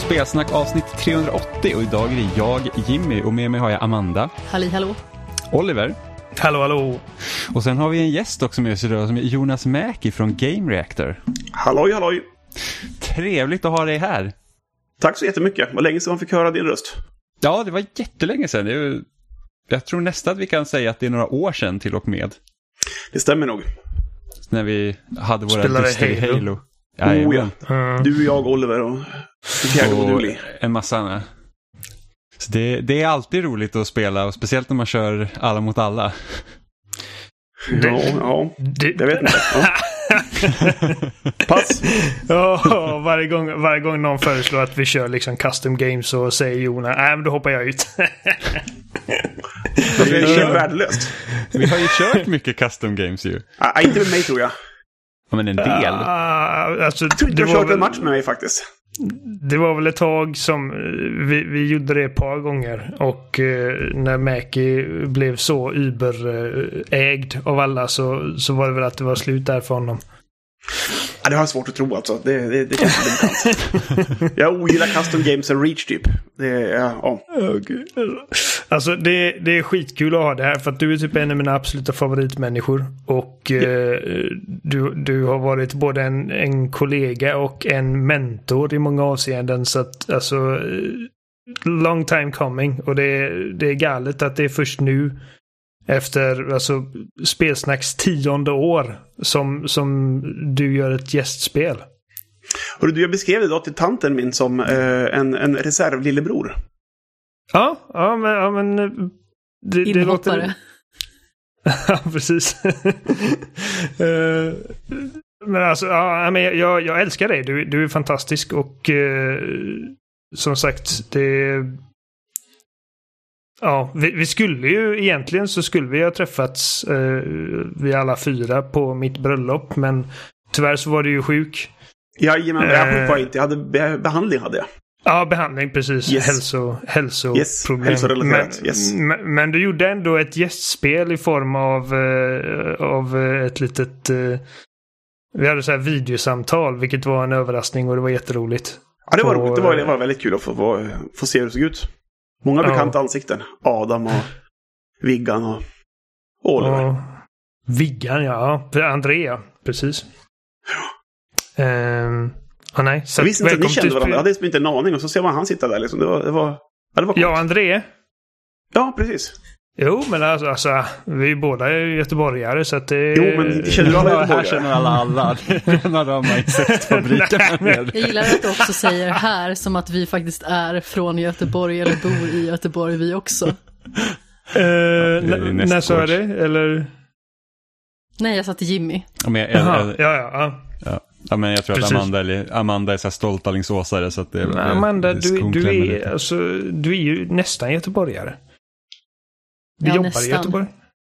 Spelsnack avsnitt 380 och idag är det jag, Jimmy, och med mig har jag Amanda. Halli, hallå. Oliver. Hallå, hallå. Och sen har vi en gäst också med oss idag som är Jonas Mäki från Game Reactor. Halloj, halloj. Trevligt att ha dig här. Tack så jättemycket. Vad länge sedan man fick höra din röst. Ja, det var jättelänge sedan. Jag tror nästan att vi kan säga att det är några år sedan till och med. Det stämmer nog. När vi hade våra duster i Halo. Oh, ja. Du, jag, Oliver och fjärde moduli. En massa andra. Så det är alltid roligt att spela, och speciellt när man kör alla mot alla. Ja, jag vet inte. Ja. Pass. Ja, varje gång någon föreslår att vi kör liksom custom games så säger Jonas, nej men då hoppar jag ut. Det är ju värdelöst. Vi har ju kört mycket custom games ju. Inte med mig tror jag. Ja, men en del. Alltså, jag tror inte du har kört en match med mig faktiskt. Det var väl ett tag som vi gjorde det ett par gånger. Och när Mäki blev så überägd av alla så var det väl att det var slut där för honom. Ja, det har jag svårt att tro alltså. Det känns bekant. Jag ogillar custom games and reach typ. Okay. Alltså det är skitkul att ha det här för att du är typ en av mina absoluta favoritmänniskor. Och du har varit både en kollega och en mentor i många avseenden. Så att alltså long time coming. Och det är galet att det är först nu efter alltså Spelsnacks 10:e år som du gör ett gästspel. Och jag beskrev det då till tanten min som en reservlillebror. Ja, men det låter... Ja, precis. Men alltså, ja, men jag älskar dig. Du är fantastisk och som sagt, ja, vi skulle ju egentligen så skulle vi ha träffats vi alla fyra på mitt bröllop, men tyvärr så var du ju sjuk. Jajamän, jag var inte. Jag hade behandling hade jag. Ja, behandling, precis. Yes. Hälsoproblem. Yes, hälsorelaterat. Yes. Men du gjorde ändå ett gästspel i form av ett litet... vi hade så här videosamtal, vilket var en överraskning och det var jätteroligt. Ja, det var roligt. Det var väldigt kul att få se hur det såg ut. Många bekanta ansikten. Adam och Viggan och Oliver. Och Viggan, ja. Andrea, precis. Nej, så jag visste inte att ni kände varandra. Jag hade inte en aning. Och så ser man han sitta där liksom. Det var coolt. Ja, André. Ja, precis. Jo, men alltså vi båda är göteborgare så att det... Jo, men det känner alla göteborgare. Här känner alla. Det är några av insektfabriken. Jag gillar att du också säger här som att vi faktiskt är från Göteborg eller bor i Göteborg vi också. När sa jag det? Eller... Nej, jag sa till Jimmy. Ja, men jag tror precis. Att Amanda är så här stolt Alingsåsare så att det är... Amanda, du är ju nästan göteborgare. Du jobbar nästan i Göteborg.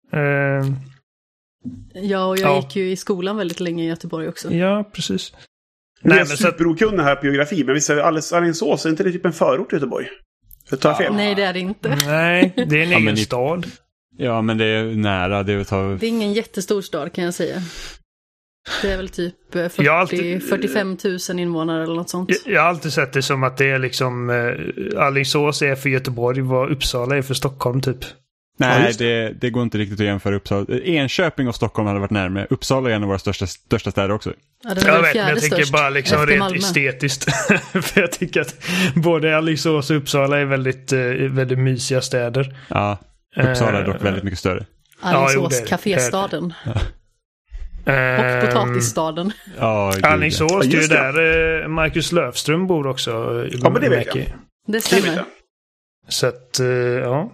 Ja, och jag gick ju i skolan väldigt länge i Göteborg också. Ja, precis. Nej, men superokunnig här på geografi, men vi säger Alingsås, är inte det typ en förort i Göteborg? Så tar jag fel. Nej, det är det inte. Nej, det är en egen stad. Ja, men det är nära. Det är ingen jättestor stad kan jag säga. Det är väl typ 45 000 invånare eller något sånt. Jag har alltid sett det som att det är liksom Alingsås är för Göteborg, vad Uppsala är för Stockholm typ. Nej, det går inte riktigt att jämföra Uppsala. Enköping och Stockholm hade varit närmare. Uppsala är en av våra största städer också. Ja, jag vet, men jag tänker bara liksom rent estetiskt. För jag tycker att både Alingsås och Uppsala är väldigt mysiga städer. Ja, Uppsala är dock väldigt mycket större. Alingsås, kaféstaden. Och potatisstaden. Alingsås, det är där Marcus Löfström bor också. Ja, men det vet jag. Det stämmer. Så att, ja.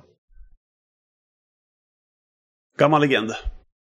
Gammal legend,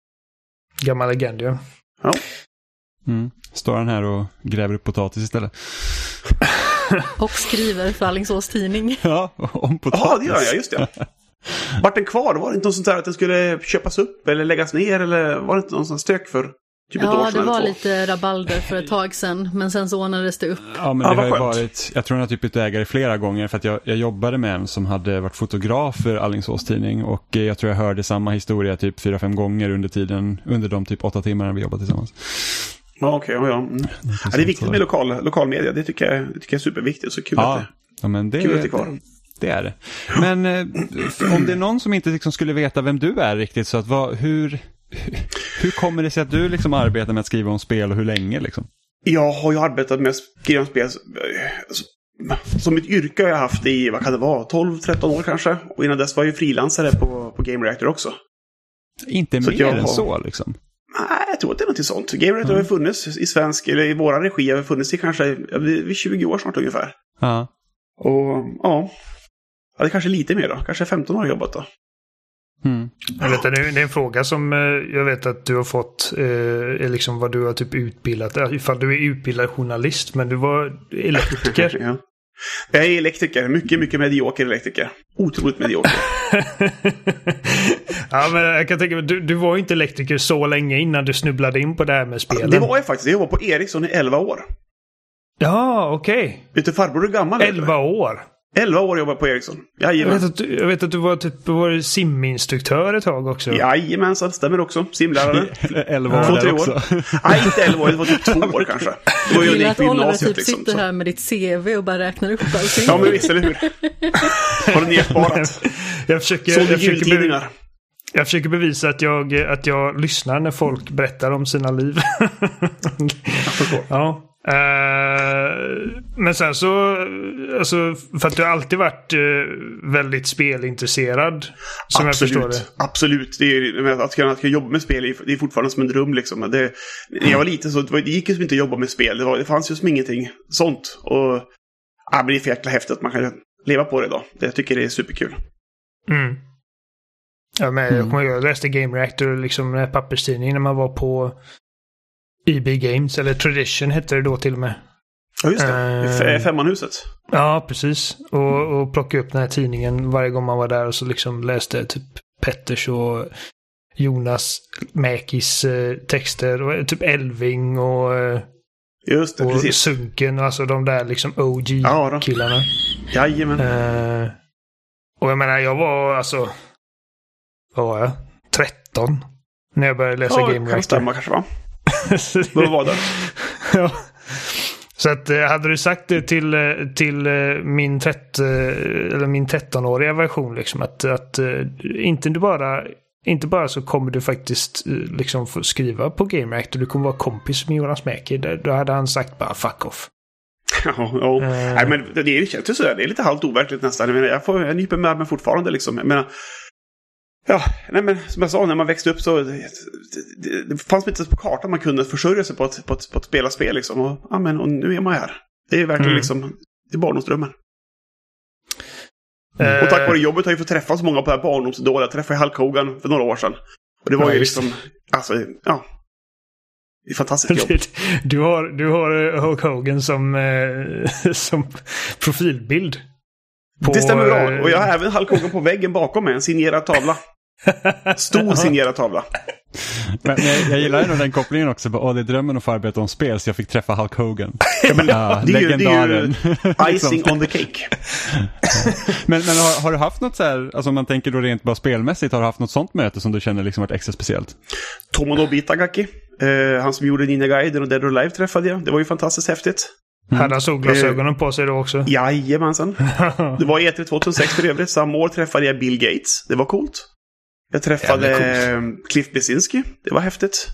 ja. Ja. Står han här och gräver upp potatis istället? Och skriver för Alingsås tidning. Ja, om potatis. Ja, det gör jag, just det. Vart den kvar? Var det inte något sånt där att den skulle köpas upp eller läggas ner? Eller var det inte någon sån stök för typ ett år sedan? Ja, det var lite rabalder för ett tag sedan. Men sen så ordnades det upp. Ja, men det har ju varit... Jag tror han har typ bytt ägare flera gånger. För att jag jobbade med en som hade varit fotograf för Alingsås tidning. Och jag tror jag hörde samma historia typ 4-5 gånger under de typ 8 timmarna vi jobbade tillsammans. Ja, okej. Ja. Det är viktigt med lokal media. Det tycker jag är superviktigt. Så kul att det är kvar. Det är det. Men om det är någon som inte liksom skulle veta vem du är riktigt, så att hur kommer det sig att du liksom arbetar med att skriva om spel och hur länge liksom? Jag har ju arbetat med att skriva om spel som ett yrke har jag haft i, vad kan det vara, 12-13 år kanske. Och innan dess var jag ju frilansare på Game Reactor också. Inte så mer än så liksom? Nej, jag tror att det är något sånt. Game Reactor har funnits i svensk, eller i våran regi har funnits i kanske vid 20 år snart ungefär. Ja. Och det är kanske lite mer då. Kanske 15 år har jobbat då. Jag vet, det är en fråga som jag vet att du har fått är liksom vad du har typ utbildat. Ifall du är utbildad journalist, men du var elektriker. Ja. Jag är elektriker. Mycket medioker elektriker. Otroligt medioker. Ja, men jag kan tänka mig, du var inte elektriker så länge innan du snubblade in på det här med spelen. Det var jag faktiskt. Jag var på Ericsson i 11 år. Ja, okej. Vet du, farbror är gammal. 11 år? 11 år jobbade på Ericsson. Jag vet att du var siminstruktör ett tag också. Jajamensan, stämmer också. Simlärare. 11 år 2-3 år. Nej, inte 11 år. Det var typ 2 år kanske. Det var ju att Oliver typ liksom, sitter här med ditt CV och bara räknar upp allting. Ja, men visst, eller hur? Har du nersparat? Jag försöker bevisa att jag lyssnar när folk berättar om sina liv. Ja. Men sen så alltså, för att du har alltid varit väldigt spelintresserad som absolut, jag förstår det. Absolut. Det är, att kunna jobba med spel det är fortfarande som en dröm liksom. När jag var liten så det gick ju som inte att jobba med spel. Det fanns ju som ingenting sånt. Och men det är för jäkla häftigt att man kan leva på det idag. Jag tycker det är superkul. Ja, men jag läste Game Reactor liksom med papperstidningen när man var på EB Games, eller Tradition hette det då till och med. Ja, just det. Femmanhuset. Ja, precis. Och plocka upp den här tidningen varje gång man var där och så liksom läste typ Petters och Jonas Mäkis texter och typ Elving och just det, och precis. Sunken och alltså de där liksom OG-killarna. Jajamän. Och jag menar, jag var alltså vad var jag? 13 när jag började läsa Game Reactor. Ja, stämma kanske va? Vad var det? Ja. Så att hade du sagt det till min 13-åriga version liksom att inte bara så kommer du faktiskt liksom få skriva på Game Reactor, du kommer vara kompis med Jonas Mäki, då hade han sagt bara fuck off. Ja. Nej, men det känns ju sådär. Det är lite halvt overkligt nästan. Jag nyper med mig fortfarande liksom. Men ja, nej, men som jag sa, när man växte upp så det fanns inte på kartan man kunde försörja sig på att spela spel liksom. Och nu är man här. Det är verkligen liksom, det är barndomsdrömmen. Och tack vare jobbet har jag fått träffa så många på det här barndomsidoler. Jag träffade Hulk Hogan för några år sedan. Och det var ju liksom, alltså, ja. Det är fantastiskt jobb. Du har Hulk Hogan som profilbild. Det stämmer bra. Och jag har även Hulk Hogan på väggen bakom mig. En signerad tavla. Stor signerad tavla. Men jag gillar nog den kopplingen också. Det är drömmen att få arbeta om spel. Så jag fick träffa Hulk Hogan. Ja, men, legendaren. Det är ju icing on the cake. men har du haft något så här, alltså om man tänker då rent bara spelmässigt, har du haft något sånt möte som du känner liksom varit extra speciellt? Tomonobu Itagaki. Han som gjorde Ninja Gaiden och Dead or Alive träffade jag. Det var ju fantastiskt häftigt. Hade han solglasögonen på sig då också? Jajamensan. Det var E3 2006 för övrigt. Samma år träffade jag Bill Gates. Det var coolt. Jag träffade Cliff Bleszinski. Det var häftigt.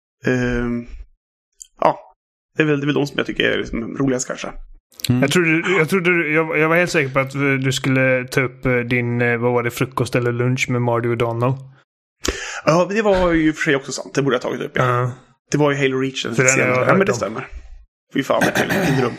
Det är väl de som jag tycker är liksom roligast kanske. Jag var helt säker på att du skulle ta upp din, vad var det, frukost eller lunch med Marty O'Donnell. Ja, det var ju för sig också sant. Det borde jag ha tagit upp, ja. Det var ju Halo Reach. Ja, men det stämmer. Fy fan, vilken dröm.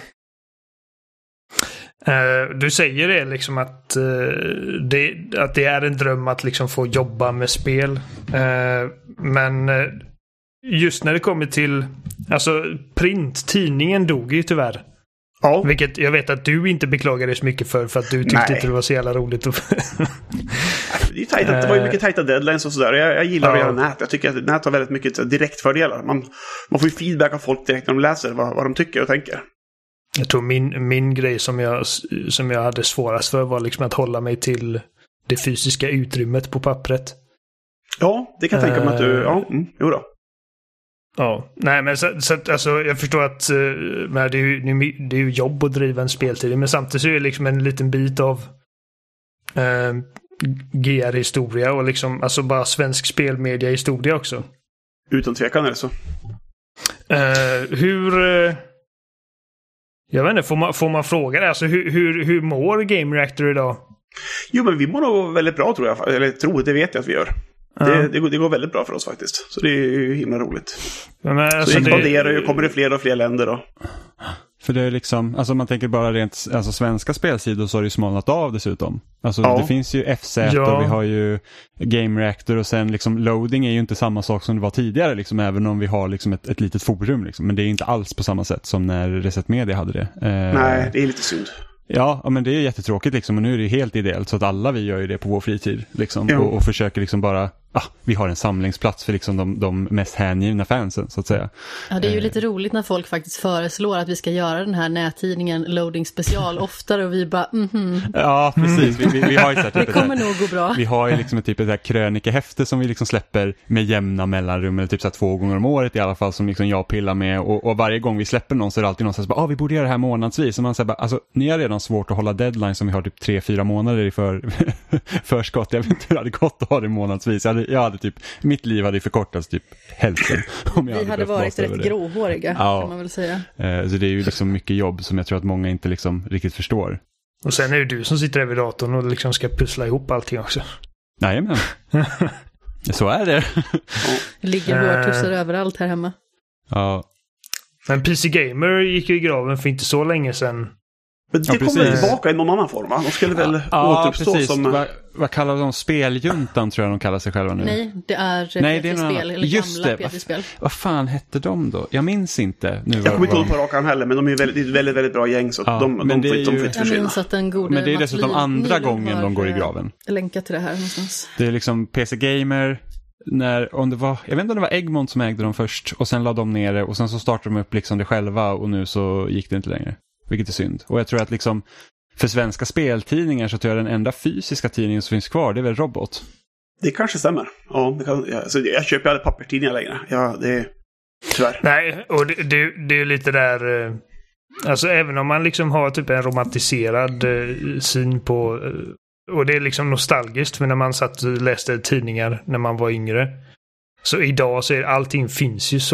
Du säger det liksom att det är en dröm att liksom få jobba med spel. Men just när det kommer till alltså tidningen dog ju tyvärr. Ja. Vilket jag vet att du inte beklagade så mycket för att du tyckte inte det var så jävla roligt. Det var ju mycket tajta deadlines och sådär. Jag gillar att göra nät. Jag tycker att nät har väldigt mycket direktfördelar. Man får ju feedback av folk direkt när de läser vad de tycker och tänker. Jag tror min grej som jag hade svårast för var liksom att hålla mig till det fysiska utrymmet på pappret. Ja, det kan jag tänka mig att du... Ja, jo då. Ja, nej men så alltså, jag förstår att det är ju jobb att driva en speltid, men samtidigt så är det liksom en liten bit av GR-historia och liksom alltså bara svensk spelmedia-historia också. Utan tvekan är det så. Jag vet inte, får man fråga det? Alltså hur mår Game Reactor idag? Jo, men vi mår nog väldigt bra tror jag. Eller det vet jag att vi gör. Det går väldigt bra för oss faktiskt. Så det är ju himla roligt. Men alltså så det expanderar ju, kommer det fler och fler länder då. För det är liksom, alltså man tänker bara rent alltså svenska spelsidor så har det ju smalnat av dessutom. Alltså det finns ju FZ och vi har ju Game Reactor och sen liksom loading är ju inte samma sak som det var tidigare liksom, även om vi har liksom ett litet forum liksom. Men det är inte alls på samma sätt som när Reset Media hade det. Nej, det är lite synd. Ja, men det är jättetråkigt liksom, och nu är det helt ideellt så att alla vi gör ju det på vår fritid liksom, och försöker liksom bara, vi har en samlingsplats för liksom de mest hängivna fansen så att säga. Ja, det är ju lite roligt när folk faktiskt föreslår att vi ska göra den här nättidningen Loading special oftare och vi bara Ja, precis. Vi har ju så här, typ det kommer nog gå bra. Vi har ju liksom ett typ ett krönikehäfte som vi liksom släpper med jämna mellanrum eller typ så här 2 gånger om året i alla fall som liksom jag pillar med och varje gång vi släpper någon så är det alltid någon som säger vi borde göra det här månadsvis och man säger bara, alltså ni har redan svårt att hålla deadline som vi har typ 3-4 månader i förskott. Jag vet inte hur det hade gått att ha det månadsvis. Jag hade typ, mitt liv hade förkortats typ hälften. Om jag hade varit rätt gråhåriga kan man väl säga. Så det är ju liksom mycket jobb som jag tror att många inte liksom riktigt förstår. Och sen är det du som sitter där vid datorn och liksom ska pussla ihop allting också. Nej, men så är det. Det ligger hårtussar överallt här hemma. Ja. Men PC Gamer gick ju i graven för inte så länge sedan. Men det kommer tillbaka i någon annan form, va? De skulle väl återuppstå precis. som... Vad kallar de? Speljuntan tror jag de kallar sig själva nu. Nej, det är PT-spel. Eller just gamla det. PT-spel. Vad fan hette de då? Jag minns inte. Nu jag kommer inte ihåg på rakan heller, men de är ju väldigt, väldigt bra gäng. Så de får inte försvinna. Men det är dessutom andra gången de går i graven. Länka till det här någonstans. Det är liksom PC Gamer... jag vet inte om det var Egmont som ägde dem först och sen lade de ner det och sen så startade de upp liksom det själva och nu så gick det inte längre. Vilket är synd. Och jag tror att liksom för svenska speltidningar så tror jag den enda fysiska tidningen som finns kvar, det är väl Robot. Det kanske stämmer. Ja, jag köper ju aldrig papperstidningar längre. Ja, det är tyvärr. Nej, och det är lite där... Alltså även om man liksom har typ en romantiserad syn på... Och det är liksom nostalgiskt för när man satt och läste tidningar när man var yngre. Så idag så är allting finns ju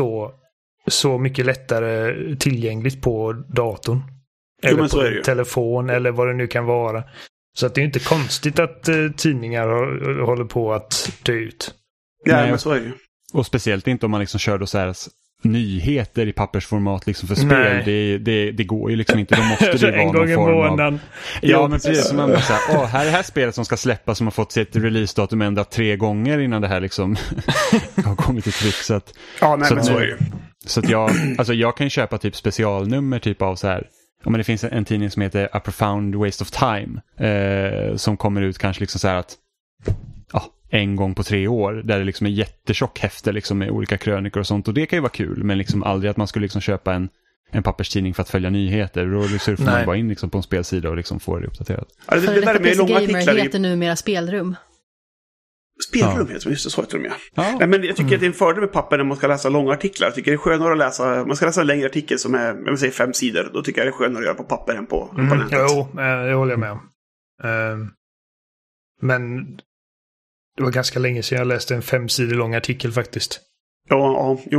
så mycket lättare tillgängligt på datorn. Eller på telefon eller vad det nu kan vara. Så att det är inte konstigt att tidningar håller på att dö ut. Nej, men så är det ju. Och speciellt inte om man liksom kör då så här nyheter i pappersformat liksom för spel. Det går ju liksom inte. Då måste det vara någon form av... Ja, men precis som man bara säger, här är det här spelet som ska släppas som har fått sitt release-datum ändrat 3 gånger innan det här liksom har kommit till tryck. Så att, ja, nej, men så är det ju. Så att jag kan köpa typ specialnummer typ av så här. Ja, men det finns en tidning som heter A Profound Waste of Time som kommer ut kanske liksom så här att en gång på 3 år där det liksom är jättetjock häfte liksom med olika krönikor och sånt och det kan ju vara kul men liksom aldrig att man skulle liksom köpa en papperstidning för att följa nyheter och då surfar man bara in liksom på en spelsida och liksom får det uppdaterat. Ja, det där med långa artiklar heter numera spelrum. Spelrum heter det, just det, så heter de Nej, men jag tycker att det är en fördel med papper när man ska läsa långa artiklar. Jag tycker det är skönare att läsa, man ska läsa en längre artikel som är, jag vill säga 5 sidor, då tycker jag det är skönare att göra på papper än på nätet. Jo, det håller jag med om. Men det var ganska länge sedan jag läste en 5 sidor lång artikel faktiskt. Ja, jo.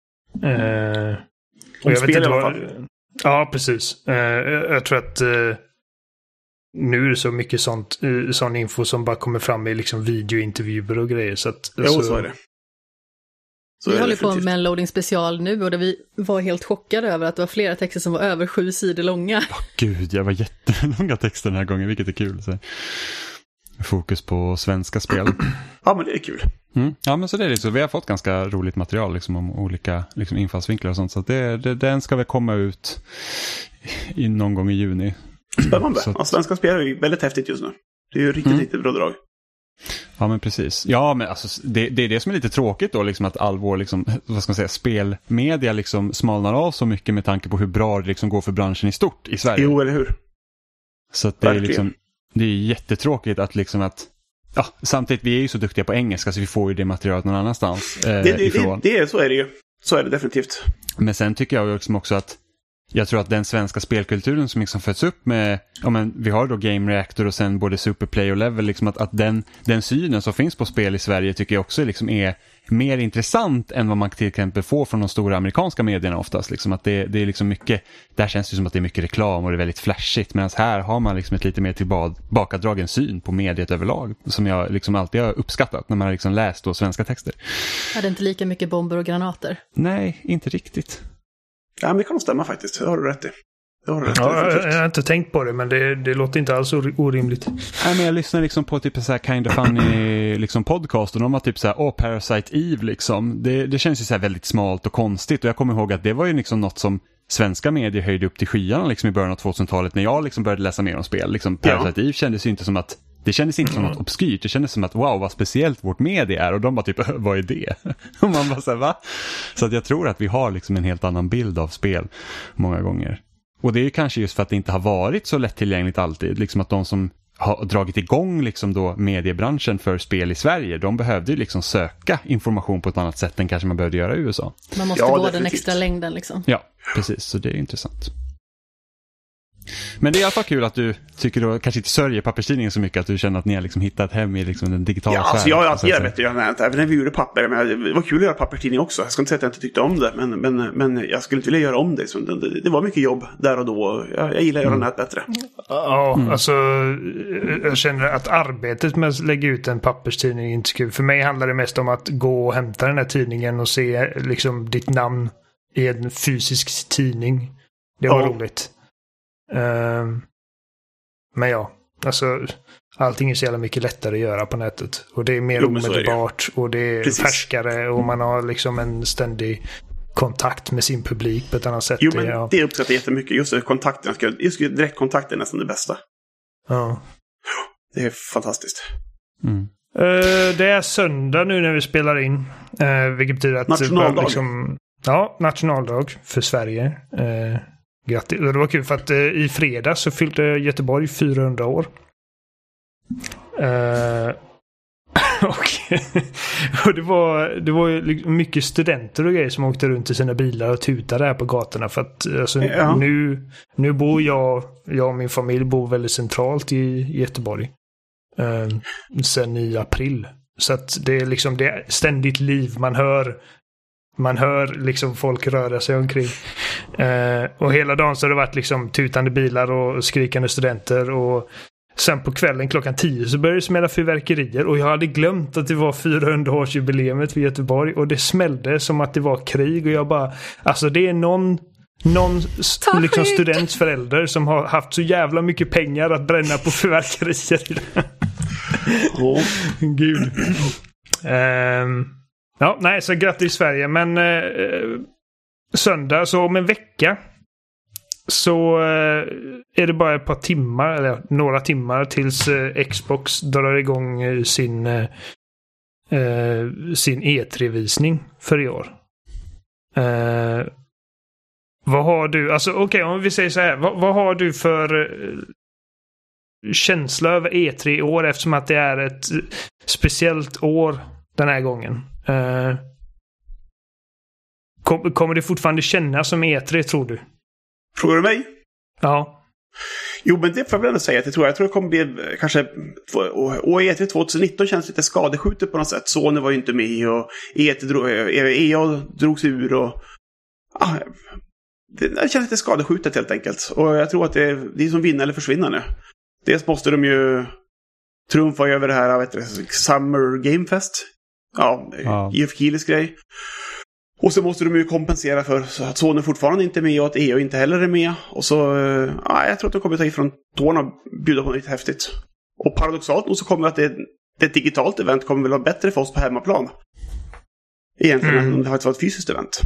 Och jag vet inte vad... Ja, precis. Jag tror att nu är det så mycket sån info som bara kommer fram i liksom videointervjuer och grejer. Så att, så är det. Vi håller på med en loading special nu och där vi var helt chockade över att det var flera texter som var över 7 sidor långa. Gud, jag var jättelånga texter den här gången, vilket är kul. Så. Fokus på svenska spel. Ja, men det är kul. Ja, men så det är det. Så vi har fått ganska roligt material liksom, om olika liksom, infallsvinklar och sånt. Så att den ska väl komma ut någon gång i juni. Spännande. Svenska spel är ju väldigt häftigt just nu. Det är ju riktigt bra drag. Ja, men precis. Ja, men alltså, det är det som är lite tråkigt då, liksom, att all vår liksom, vad ska man säga, spelmedia liksom smalnar av så mycket med tanke på hur bra det liksom går för branschen i stort i Sverige. Jo, eller hur? Så att det är liksom... Det är jättetråkigt att liksom samtidigt vi är ju så duktiga på engelska så vi får ju det materialet någon annanstans ifrån. Så är det ju. Så är det definitivt. Men sen tycker jag också att jag tror att den svenska spelkulturen som liksom föds upp med, vi har då Game Reactor och sen både Superplay och Level, liksom att den synen som finns på spel i Sverige tycker jag också liksom är mer intressant än vad man till exempel får från de stora amerikanska medierna oftast. Liksom att det är liksom mycket, där känns det som att det är mycket reklam och det är väldigt flashigt, medan här har man liksom ett lite mer tillbakadragen syn på mediet överlag som jag liksom alltid har uppskattat när man har liksom läst då svenska texter. Är det inte lika mycket bomber och granater? Nej, inte riktigt. Ja, men det kan stämma faktiskt. Det har du rätt i. Jag har inte tänkt på det, men det låter inte alls orimligt. Nej, men jag lyssnar liksom på typ så här Kind of Funny liksom podcast och de var typ så här, Parasite Eve liksom. Det känns ju så här väldigt smalt och konstigt, och jag kommer ihåg att det var ju liksom något som svenska medier höjde upp till skyarna liksom i början av 2000-talet när jag liksom började läsa mer om spel. Liksom Parasite Eve kändes ju inte som att det kändes inte som något obskyrt. Det kändes som att wow, vad speciellt vårt media är. Och de bara typ, vad är det? Och man bara såhär, va? Så att jag tror att vi har liksom en helt annan bild av spel många gånger. Och det är ju kanske just för att det inte har varit så lättillgängligt alltid. Liksom att de som har dragit igång liksom då mediebranschen för spel i Sverige, de behövde ju liksom söka information på ett annat sätt än kanske man behövde göra i USA. Man måste gå den extra längden liksom. Ja, precis. Så det är intressant. Men det är i alla fall kul att du tycker då kanske inte sörjer papperstidningen så mycket, att du känner att ni har liksom hittat hem i liksom den digitala sfären. Alltså jag vet ju, även när vi gjorde papper, men det var kul att göra papperstidning också. Jag ska inte säga att jag inte tyckte om det, men jag skulle inte vilja göra om det. Så det var mycket jobb där och då. Jag gillar att göra nät bättre. Ja, alltså jag känner att arbetet med att lägga ut en papperstidning är inte så kul. För mig handlar det mest om att gå och hämta den här tidningen och se liksom ditt namn i en fysisk tidning. Det var roligt. Men ja, alltså allting är så jävla mycket lättare att göra på nätet, och det är mer omedelbart och det är färskare, och man har liksom en ständig kontakt med sin publik på ett annat sätt. Jo, men det uppskattar jättemycket. Just kontakten, just direktkontakt är nästan det bästa. Ja. Det är fantastiskt. Det är söndag nu när vi spelar in, vilket betyder att nationaldag. Liksom, ja, nationaldag för Sverige. Grattis. Det var kul för att i fredag så fyllde Göteborg 400 år. Och det var ju liksom mycket studenter och grejer som åkte runt i sina bilar och tutade här på gatorna, för att alltså, nu bor jag och min familj bor väldigt centralt i Göteborg sen i april. Så att det är liksom det är ständigt liv. Man hör liksom folk röra sig omkring. Och hela dagen så har det varit liksom tutande bilar och skrikande studenter. Och sen på kvällen klockan 10 så började det smälla fyrverkerier. Och jag hade glömt att det var 400-årsjubileumet för Göteborg. Och det smällde som att det var krig. Och jag bara, alltså det är någon liksom students förälder som har haft så jävla mycket pengar att bränna på fyrverkerier. Gud. Ja, nej, så grattis Sverige. Men söndag, så om en vecka så är det bara ett par timmar, eller några timmar tills Xbox drar igång sin E3-visning för i år. Vad har du, alltså okej, om vi säger så här, vad har du för känsla över E3 i år, eftersom att det är ett speciellt år den här gången? Kommer det fortfarande kännas som E3, tror du? Frågar du mig? Ja. Jo, men det får jag väl ändå säga att jag tror det kommer bli kanske, och E3 2019 känns lite skadeskjutet på något sätt. Sony var ju inte med och EA drogs ur och det känns lite skadeskjutet helt enkelt. Och jag tror att det är som vinna eller försvinna nu. Dels måste de ju trumfa över det här, Summer Game Fest. Ja. Jeff Keelys grej. Och så måste de ju kompensera för att Sony fortfarande inte är med och att EA inte heller är med. Och så, jag tror att de kommer ta ifrån tårna och bjuda på något lite häftigt. Och paradoxalt nog så kommer att det digitalt event kommer väl vara bättre för oss på hemmaplan. Egentligen än om det har ett fysiskt event.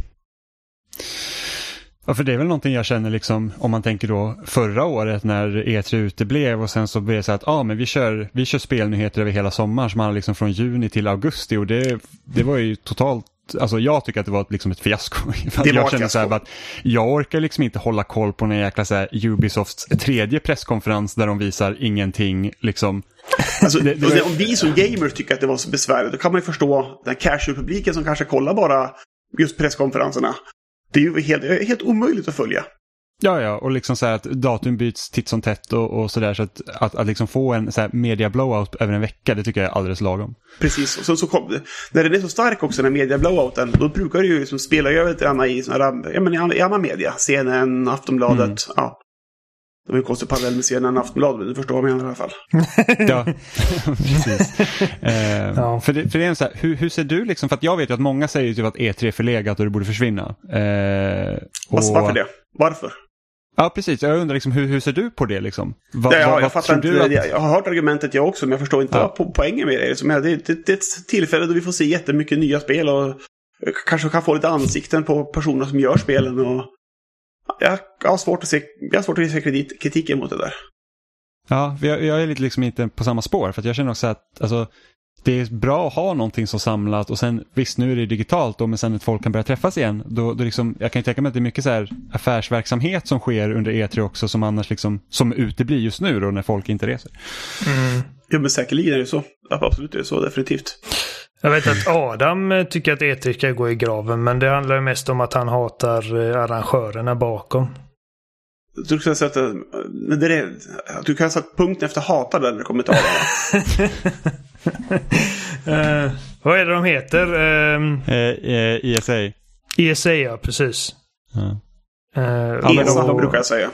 Ja, för det är väl någonting jag känner liksom, om man tänker då förra året när E3 uteblev och sen så blev det så att men vi kör spelnyheter över hela sommaren som handlar liksom från juni till augusti, och det var ju totalt, alltså jag tycker att det var liksom ett fiasko. Jag känner så här att jag orkar liksom inte hålla koll på en jäkla så här Ubisofts tredje presskonferens där de visar ingenting liksom. Alltså, om vi som gamers tycker att det var så besvärligt, då kan man ju förstå den casual-publiken som kanske kollar bara just presskonferenserna. Det är ju helt omöjligt att följa. Ja, och liksom så här att datum byts titt som tätt och sådär, så att liksom få en så här media blowout över en vecka, det tycker jag är alldeles lagom. Precis, och så kom det. När den är så stark också, den media blowouten, då brukar det ju liksom spela över till andra i i annan media. CNN, Aftonbladet, ja. Det var en konstig parallell med CNN och Aftonbladet, men du förstår vad jag menar i alla fall. Ja, precis. För det är en så här, hur ser du liksom, för att jag vet ju att många säger typ att E3 är förlegat och det borde försvinna. Varför det? Varför? Ja, precis. Jag undrar liksom, hur ser du på det liksom? Jag fattar inte. Jag har hört argumentet jag också, men jag förstår inte vad poängen med det är. Det är ett tillfälle då vi får se jättemycket nya spel och kanske kan få lite ansikten på personer som gör spelen. Och jag har svårt att se kritiken mot det där. Ja, jag är lite liksom inte på samma spår, för att jag känner också att alltså, det är bra att ha någonting som samlat, och sen visst, nu är det digitalt då, men sen att folk kan börja träffas igen, då liksom, jag kan ju tänka mig att det är mycket så här affärsverksamhet som sker under E3 också, som annars liksom, som uteblir just nu då när folk inte reser. Ja, men säkerligen är det så. Absolut är det så, definitivt. Jag vet att Adam tycker att E3 ska gå i graven, men det handlar ju mest om att han hatar arrangörerna bakom. Du kan säga att du kan sätta punkten efter hata den kommentaren. Vad är det de heter? ESA. ESA, ja, precis. ESA brukar jag säga.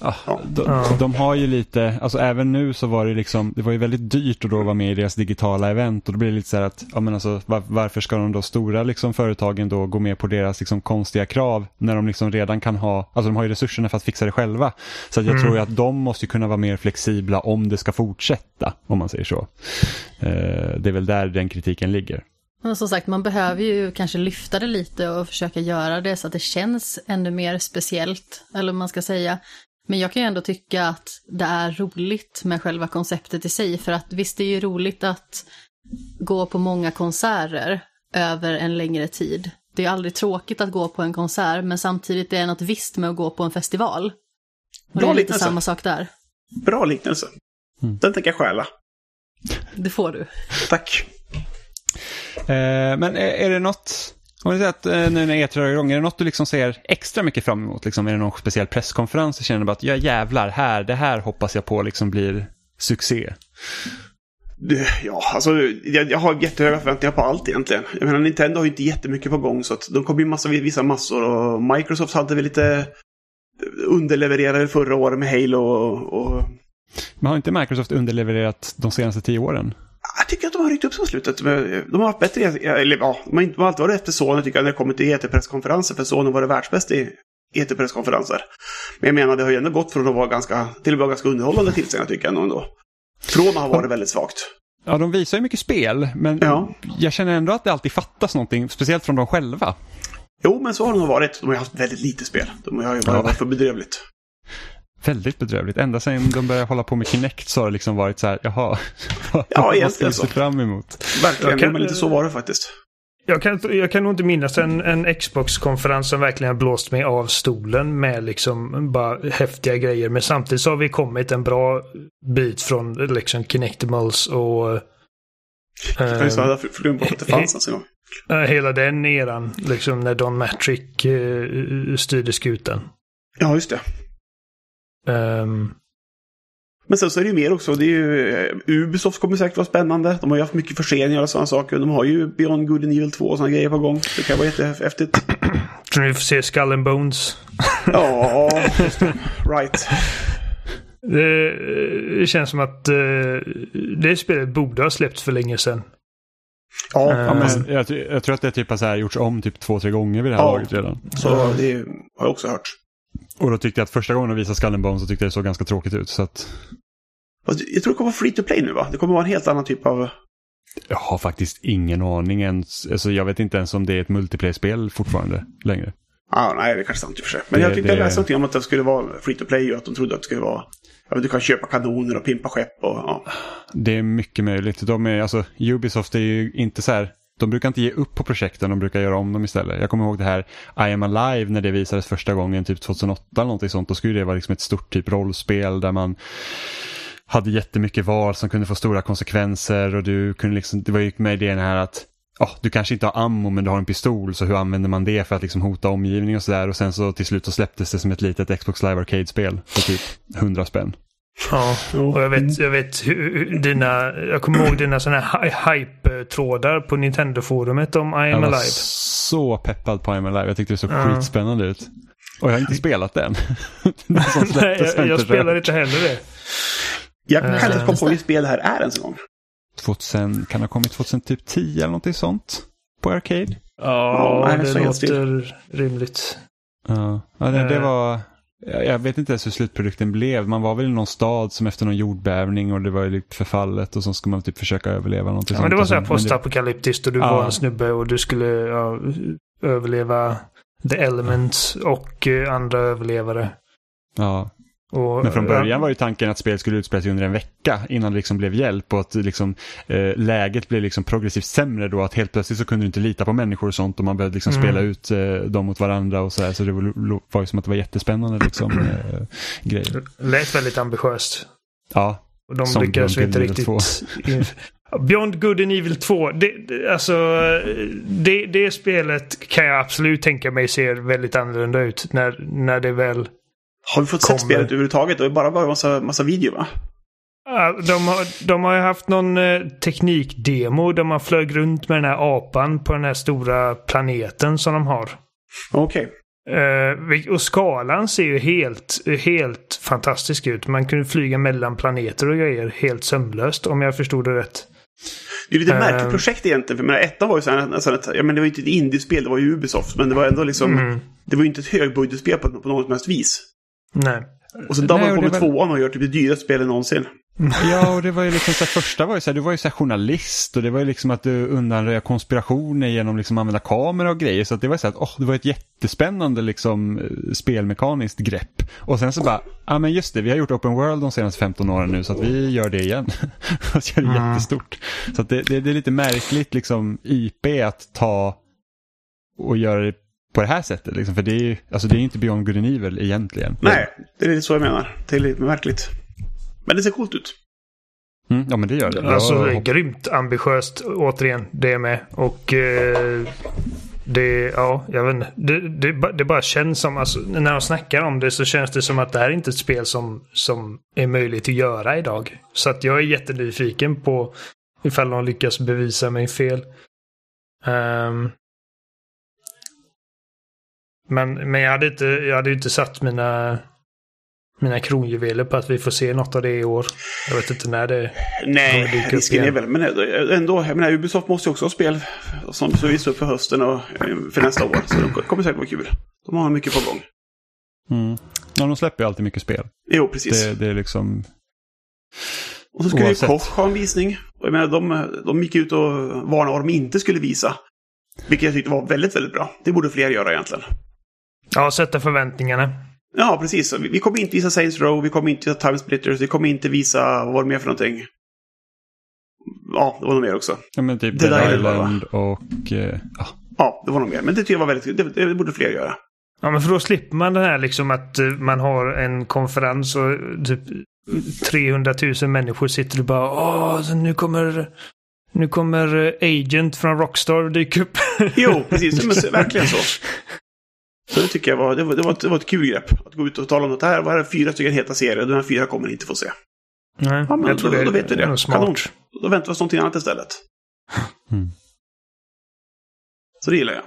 De har ju lite, alltså även nu så var det liksom, det var ju väldigt dyrt att då vara med i deras digitala event, och då blir det lite så här att, ja men alltså, varför ska de då stora liksom företagen då gå med på deras liksom konstiga krav när de liksom redan kan ha, alltså de har ju resurserna för att fixa det själva. Så att jag tror ju att de måste kunna vara mer flexibla om det ska fortsätta, om man säger så. Det är väl där den kritiken ligger. Men som sagt, man behöver ju kanske lyfta det lite och försöka göra det så att det känns ännu mer speciellt, eller vad man ska säga. Men jag kan ju ändå tycka att det är roligt med själva konceptet i sig, för att visst, det är ju roligt att gå på många konserter över en längre tid. Det är aldrig tråkigt att gå på en konsert, men samtidigt är det något visst med att gå på en festival. Och det är lite samma sak där. Bra liknelse. Den tänker jag stjäla. Det får du. Tack. Men är det något, om du säger att nu när E3 är igång, är det något du liksom ser extra mycket fram emot? Liksom, är det någon speciell presskonferens och känner du bara att jävlar, det här hoppas jag på liksom blir succé? Ja, alltså jag har jättehöga förväntningar på allt egentligen. Jag menar, Nintendo har ju inte jättemycket på gång, så att de kommer ju visa massor, och Microsoft hade väl lite underlevererade förra året med Halo och... Men har inte Microsoft underlevererat de senaste 10 åren? Jag tycker att de har ryckt upp på slutet. De har varit bättre, eller ja, de har inte alltid varit efter Sony, tycker jag, när det kommer till E3-presskonferenser, för Sony var det världsbäst i E3-presskonferenser. Men jag menar, det har ju ändå gått från att vara ganska underhållande till sig, tycker jag ändå. Från att ha varit väldigt svagt. Ja, de visar ju mycket spel, men jag känner ändå att det alltid fattas någonting, speciellt från dem själva. Jo, men så har det nog varit. De har haft väldigt lite spel. De har ju varit för bedrövligt. Väldigt bedrövligt. Ända sedan de började hålla på med Kinect så har det liksom varit så här, jaha, vad ska vi se fram emot? Verkligen, men lite så var det faktiskt. Jag kan nog inte minnas en Xbox-konferens som verkligen har blåst mig av stolen med liksom bara häftiga grejer. Men samtidigt så har vi kommit en bra bit från liksom Kinectimals och... hela den eran, liksom när Don Matrick styrde skutan. Ja, just det. Men sen så är det ju mer också. Det är ju, Ubisoft kommer säkert vara spännande. De har ju haft mycket förseningar och sådana saker. De har ju Beyond Good and Evil 2 och sådana grejer på gång. Det kan vara jättehäftigt. Tror ni får se Skull and Bones? Ja, just det. Right. Det känns som att det spelet borde ha släppts för länge sedan. Ja, men jag tror att det typ har så här gjorts om typ 2-3 gånger vid det här laget redan. Så det har jag också hört. Och då tyckte jag att första gången de visade Skull and Bones så tyckte jag det såg ganska tråkigt ut. Så att... Jag tror det kommer vara free to play nu, va? Det kommer vara en helt annan typ av... Jag har faktiskt ingen aning ens. Alltså, jag vet inte ens om det är ett multiplayer-spel fortfarande längre. Nej, det är kanske sant i och för sig. Men jag tyckte jag läste någonting om att det skulle vara free to play och att de trodde att det skulle vara... Du kan köpa kanoner och pimpa skepp och... Ja. Det är mycket möjligt. Ubisoft är ju inte så här... De brukar inte ge upp på projekten, de brukar göra om dem istället. Jag kommer ihåg det här I Am Alive när det visades första gången typ 2008 eller någonting sånt. Då skulle det vara liksom ett stort typ rollspel där man hade jättemycket val som kunde få stora konsekvenser och du kunde liksom, det var ju med idén här att du kanske inte har ammo men du har en pistol, så hur använder man det för att liksom hota omgivningen och sådär, och sen så till slut så släpptes det som ett litet Xbox Live Arcade-spel för typ 100 spänn. Ja, och jag vet jag kommer ihåg dina såna här hype-trådar på Nintendo-forumet om I Am Alive. Jag var så peppad på I Am Alive, jag tyckte det såg skitspännande ut. Och jag har inte spelat den. Nej, jag spelar inte heller det. Jag kan inte komma på hur spel det här är ens en gång. 2000, kan det ha kommit 2010 eller något sånt på Arcade? Ja, det låter rimligt. Ja, det var... Jag vet inte ens hur slutprodukten blev. Man var väl i någon stad som efter någon jordbävning och det var lite förfallet och så skulle man typ försöka överleva någonting sånt. Men det var så här postapokalyptiskt och du var en snubbe och du skulle överleva The Elements och andra överlevare. Ja. Men från början var ju tanken att spelet skulle utspelas under en vecka innan det liksom blev hjälp, och att liksom, läget blev liksom progressivt sämre då, att helt plötsligt så kunde du inte lita på människor och sånt, och man började liksom spela ut dem mot varandra och så här, så det var ju som att det var jättespännande liksom, grejer. Lät väldigt ambitiöst. Ja. Och de lyckades inte riktigt. Beyond Good and Evil 2, det spelet kan jag absolut tänka mig ser väldigt annorlunda ut när det väl har vi fått sett spelet överhuvudtaget? Det är bara massa video, va? De har ju haft någon teknikdemo där man flög runt med den här apan på den här stora planeten som de har. Okej. Och skalan ser ju helt fantastisk ut. Man kunde flyga mellan planeter och grejer helt sömlöst, om jag förstod det rätt. Det är lite märkligt projekt egentligen. För ettan var ju det var ju inte ett indiespel, det var ju Ubisoft. Men det var ändå liksom... Det var ju inte ett högbudgetspel på något mest vis. Nej. Och sen dammar man på med tvåan och gör typ det dyraste spelet någonsin. Ja, och det var ju liksom så här, första var ju så här, du var ju så här journalist, och det var ju liksom att du undanröja konspirationer genom liksom använda kamera och grejer, så att det var så att det var ett jättespännande liksom spelmekaniskt grepp. Och sen så bara, men just det, vi har gjort open world de senaste 15 åren nu, så att vi gör det igen. Så det är jättestort. Så att det är lite märkligt liksom IP att ta och göra det på det här sättet liksom, för det är ju det är inte Beyond Good and Evil egentligen. Nej, det är lite så jag menar. Det är lite märkligt. Men det ser coolt ut. Ja, men det gör det. Alltså, det är grymt ambitiöst, återigen, det är med. Och jag vet inte. Det bara känns som, alltså, när de snackar om det så känns det som att det här är inte ett spel som är möjligt att göra idag. Så att jag är jättenyfiken på ifall de lyckas bevisa mig fel. Men jag hade inte satt mina kronjuveler på att vi får se något av det i år. Jag vet inte när det... Nej, risken är väl. Men ändå, jag menar, Ubisoft måste ju också ha spel som visar upp för hösten och för nästa år. Så det kommer säkert vara kul. De har mycket på gång. Ja, de släpper ju alltid mycket spel. Jo, precis. Det är liksom... Och så skulle ju Koch ha en visning. Och jag menar, de gick ut och varnade vad de inte skulle visa. Vilket jag tyckte var väldigt, väldigt bra. Det borde fler göra egentligen. Ja, sätta förväntningarna. Ja, precis. Vi kommer inte visa Saints Row, vi kommer inte visa Time Splitters, vi kommer inte visa vad var det mer för någonting. Ja, det var nog mer också. Ja, men typ Dead Island och... Ja, det var nog mer. Men det tycker jag var väldigt... Det borde fler göra. Ja, men för då slipper man det här liksom att man har en konferens och typ 300 000 människor sitter och bara så nu kommer Agent från Rockstar dyka upp. Jo, precis. Men verkligen så. Så det tycker jag det var ett kul grepp. Att gå ut och tala om att det här var 4 stycken heta serier och de här 4 kommer ni inte få se. Nej, ja, men jag tror då vet vi det. Då väntar vi oss någonting annat istället. Så det gillar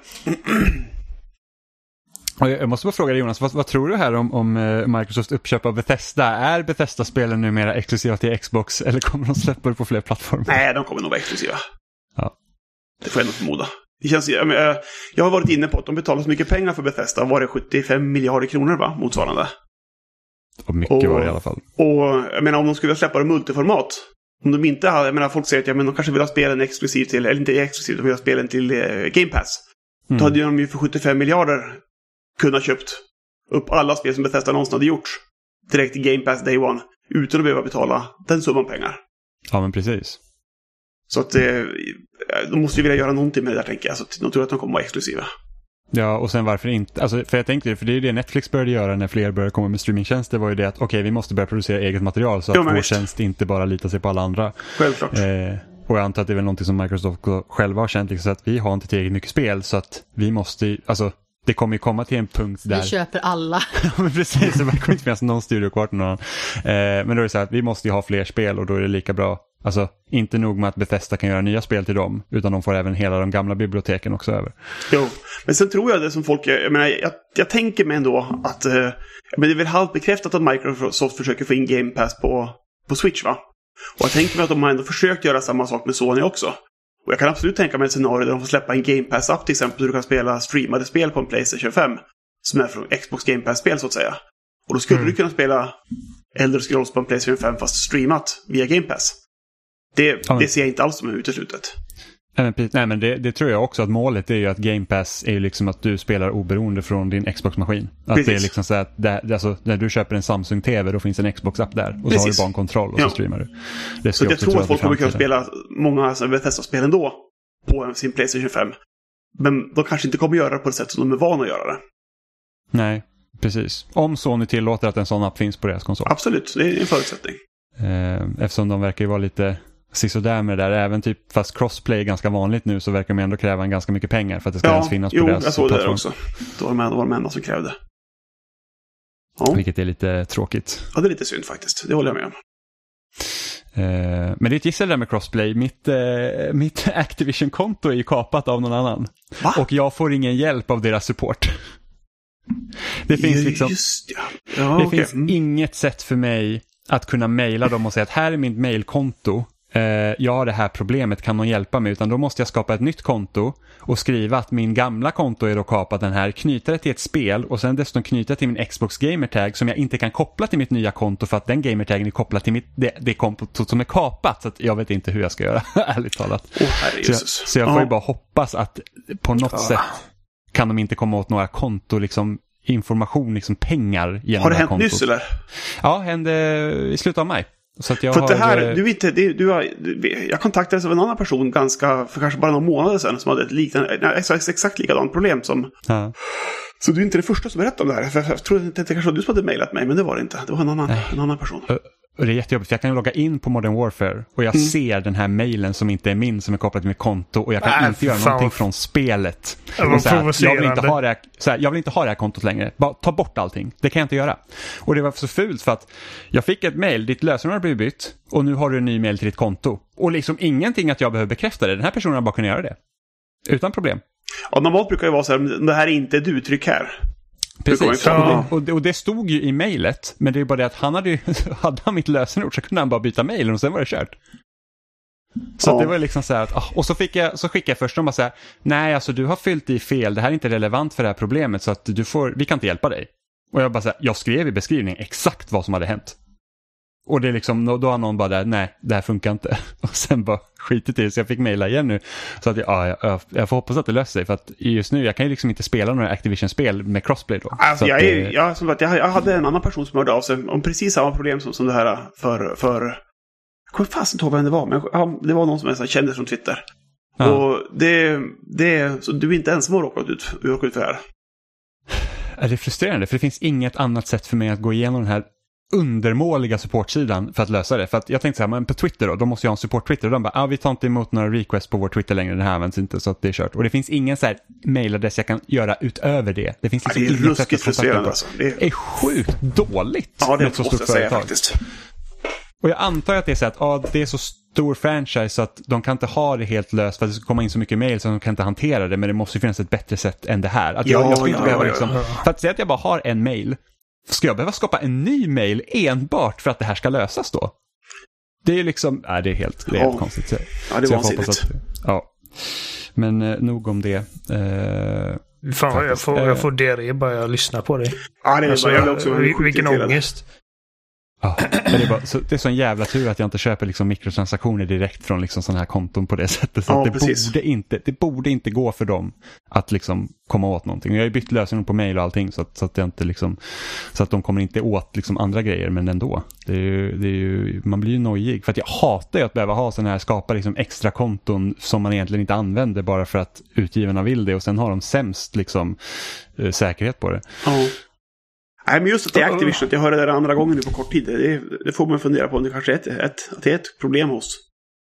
jag. Jag måste bara fråga dig, Jonas, vad tror du här om Microsoft uppköp av Bethesda? Är Bethesda-spelen numera exklusiva till Xbox eller kommer de släppa det på fler plattformar? Nej, de kommer nog vara exklusiva. Ja. Det får jag nog förmoda. Det känns, jag har varit inne på att de betalar så mycket pengar för Bethesda. Var det 75 miljarder kronor, va? Motsvarande. Och mycket var det i alla fall. Och jag menar, om de skulle släppa det multiformat. Om de inte hade, jag menar, folk säger att de kanske vill ha spelen exklusivt till, eller inte exklusivt, de vill ha spelen till Game Pass. Då hade de ju för 75 miljarder kunnat köpt upp alla spel som Bethesda någonsin hade gjort. Direkt i Game Pass Day One. Utan att behöva betala den summan pengar. Ja, men precis. Så att de måste ju vilja göra någonting med det där, tänker jag. Så att de tror att de kommer vara exklusiva. Ja, och sen varför inte? Alltså, för jag tänkte, för det är ju det Netflix började göra när fler började komma med streamingtjänster, var ju det att vi måste börja producera eget material så att vår tjänst inte bara litar sig på alla andra. Självklart. Och jag antar att det är väl någonting som Microsoft själva har känt, liksom, så att vi har inte tillräckligt mycket spel, så att vi måste, alltså det kommer ju komma till en punkt där... Vi köper alla. Ja, men precis, det kommer inte finnas någon studio kvar till någon. Men då är det så här att vi måste ju ha fler spel, och då är det lika bra, alltså inte nog med att Bethesda kan göra nya spel till dem, utan de får även hela de gamla biblioteken också över. Jo, men sen tror jag det som folk, jag tänker mig ändå att men det är väl halvt bekräftat att Microsoft försöker få in Game Pass på Switch, va? Och jag tänker mig att de har ändå försökt göra samma sak med Sony också. Och jag kan absolut tänka mig ett scenario där de får släppa en Game Pass-app till exempel, där du kan spela streamade spel på en PlayStation 5 som är från Xbox Game Pass-spel så att säga. Och då skulle du kunna spela Elder Scrolls på en PlayStation 5 fast streamat via Game Pass. Det ser jag inte alls som är uteslutet. Nej, men det tror jag också, att målet är ju att Game Pass är ju liksom att du spelar oberoende från din Xbox-maskin. Att det är liksom så att alltså, när du köper en Samsung-TV, då finns en Xbox-app där. Och så har du bara en kontroll och så streamar du. Det så jag tror att folk kommer kunna spela många Bethesda-spel ändå på sin PlayStation 5. Men de kanske inte kommer göra det på det sätt som de är vana att göra det. Nej, precis. Om Sony tillåter att en sån app finns på deras konsol. Absolut, det är en förutsättning. Eftersom de verkar ju vara lite... sådär med det där, även typ fast crossplay är ganska vanligt nu, så verkar de ändå kräva en ganska mycket pengar för att det ska ens finnas på deras jag såg det där också. Då var de enda som krävde. Ja. Vilket är lite tråkigt. Ja, det är lite synd faktiskt. Det håller jag med om. Men det är ett gissel där med crossplay. Mitt Activision-konto är ju kapat av någon annan. Va? Och jag får ingen hjälp av deras support. Det finns liksom... Just det finns inget sätt för mig att kunna mejla dem och säga att här är mitt mejlkonto. Jag har det här problemet, kan någon hjälpa mig? Utan då måste jag skapa ett nytt konto och skriva att min gamla konto är då kapat den här, knyta det till ett spel och sen dessutom knyta till min Xbox gamertag som jag inte kan koppla till mitt nya konto för att den gamertagen är kopplad till det kontot som är kapat, så att jag vet inte hur jag ska göra, ärligt talat. Så jag får ju bara hoppas att på något sätt kan de inte komma åt några konto liksom, information, liksom pengar genom har det här hänt nyss eller? Ja, hände i slutet av maj. Så att jag för har... det här, jag kontaktades av en annan person för kanske bara några månader sedan som hade ett exakt likadant problem som... Ja. Så du är inte det första som berättar om det här. För jag tror inte det kanske var du som hade mejlat mig, men det var det inte. Det var en annan person. Och det är jättejobbigt, för jag kan logga in på Modern Warfare och jag ser den här mejlen som inte är min, som är kopplad till mitt konto, och jag kan inte göra någonting från spelet. Jag vill inte ha det här kontot längre. Bara ta bort allting. Det kan jag inte göra. Och det var så fult för att jag fick ett mejl, ditt lösenord har blivit bytt och nu har du en ny mejl till ditt konto. Och liksom ingenting att jag behöver bekräfta det. Den här personen har bara kunnat göra det. Utan problem. Ja, normalt brukar det vara så här, det här är inte ett uttryck här. Precis, och det stod ju i mejlet, men det är bara det att hade han mitt lösenord så kunde han bara byta mejlen och sen var det kört. Så det var liksom så här att, och så skickade jag först och bara så här, nej alltså du har fyllt i fel, det här är inte relevant för det här problemet så att vi kan inte hjälpa dig. Och jag bara så här, jag skrev i beskrivningen exakt vad som hade hänt. Och det är liksom, då har någon bara där, nej, det här funkar inte. Och sen bara skitit i, så jag fick mejla igen nu. Så att jag får hoppas att det löser sig. För att just nu, jag kan ju liksom inte spela några Activision-spel med crossplay då. Alltså, jag hade en annan person som hörde av sig om precis samma problem som det här för jag kommer fast inte ihåg vem det var, men det var någon som jag kände från Twitter. Ja. Och så du är inte ensam att råka ut för det här. Det är frustrerande, för det finns inget annat sätt för mig att gå igenom den här undermåliga supportsidan för att lösa det. För att jag tänkte så här, men på Twitter då måste jag ha en support-Twitter. Och de bara, vi tar inte emot några requests på vår Twitter längre, den här används inte, så att det är kört. Och det finns ingen så här mailadress jag kan göra utöver det. Det finns liksom inget sätt att kontakta på. Alltså. Det är sjukt dåligt. Ja, det måste jag säga faktiskt. Och jag antar att det är så att det är så stor franchise så att de kan inte ha det helt löst för att det ska komma in så mycket mail så de kan inte hantera det, men det måste finnas ett bättre sätt än det här. Att jag ska inte behöva liksom, för att säga att jag bara har en mail, ska jag behöva skapa en ny mail enbart för att det här ska lösas då? Det är liksom, det är helt konstigt. Ja, det var vansinnigt. Men nog om det. Fan, jag får det bara jag lyssnar på det. Ja, det är alltså, jag också vilken ångest. Ja, det är så en jävla tur att jag inte köper liksom mikrotransaktioner direkt från liksom sådana här konton på det sättet. Så det borde inte gå för dem att liksom komma åt någonting. Jag har ju bytt lösenord på mail och allting så att jag inte liksom, så att de kommer inte åt liksom andra grejer, men ändå. Det är ju, man blir ju nojig för att jag hatar ju att behöva ha sådana här, skapa liksom extra konton som man egentligen inte använder bara för att utgivarna vill det, och sen har de sämst liksom säkerhet på det. Nej, men just att det är Activision, att jag hör det där andra gången nu på kort tid, det får man fundera på om det kanske är ett problem hos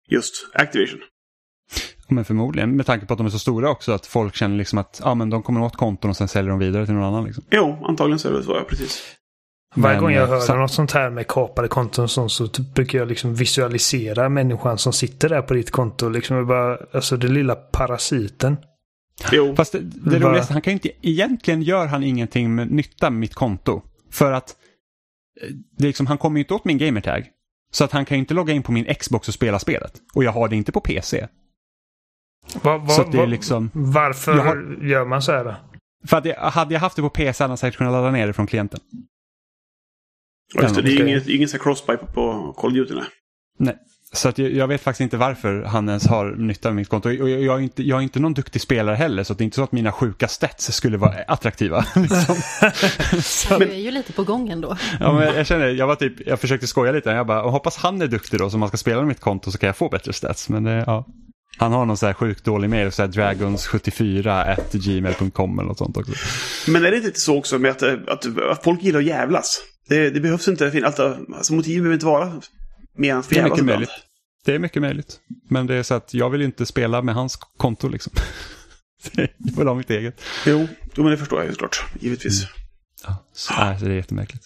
just Activision. Men förmodligen, med tanke på att de är så stora också, att folk känner liksom att men de kommer åt konton och sen säljer de vidare till någon annan. Liksom. Jo, antagligen så är det så, precis. Varje gång jag hör något sånt här med kapade konton så brukar jag liksom visualisera människan som sitter där på ditt konto. Liksom bara, alltså det lilla parasiten. Jo. Fast det roligaste, han kan ju inte, egentligen gör han ingenting med nytta med mitt konto. För att det liksom, han kommer ju inte åt min gamertag. Så att han kan ju inte logga in på min Xbox och spela spelet. Och jag har det inte på PC. Så att det är liksom, varför gör man så här då? För att hade jag haft det på PC hade jag säkert kunnat ladda ner det från klienten. Just det är ingen så crosspipe på Call of Duty. Nej. Så att jag vet faktiskt inte varför han ens har nytta av mitt konto. Och jag är inte någon duktig spelare heller, så det är inte så att mina sjuka stats skulle vara attraktiva. Liksom. Så, du är ju lite på gången då. Ja, men jag känner, jag försökte skoja lite. Jag bara, hoppas han är duktig då, så man ska spela med mitt konto så kan jag få bättre stats. Men ja. Han har någon så här sjukt dålig mail, så här dragons74@gmail.com eller något sånt också. Men är det inte så också med att folk gillar att jävlas? Det behövs inte, alltså motivet behöver inte vara mer än för jävlas ibland. Det är mycket möjligt. Men det är så att jag vill inte spela med hans konto liksom. Jag vill ha mitt eget. Jo, men det förstår jag ju klart, givetvis. Ja, så det är jättemärkligt.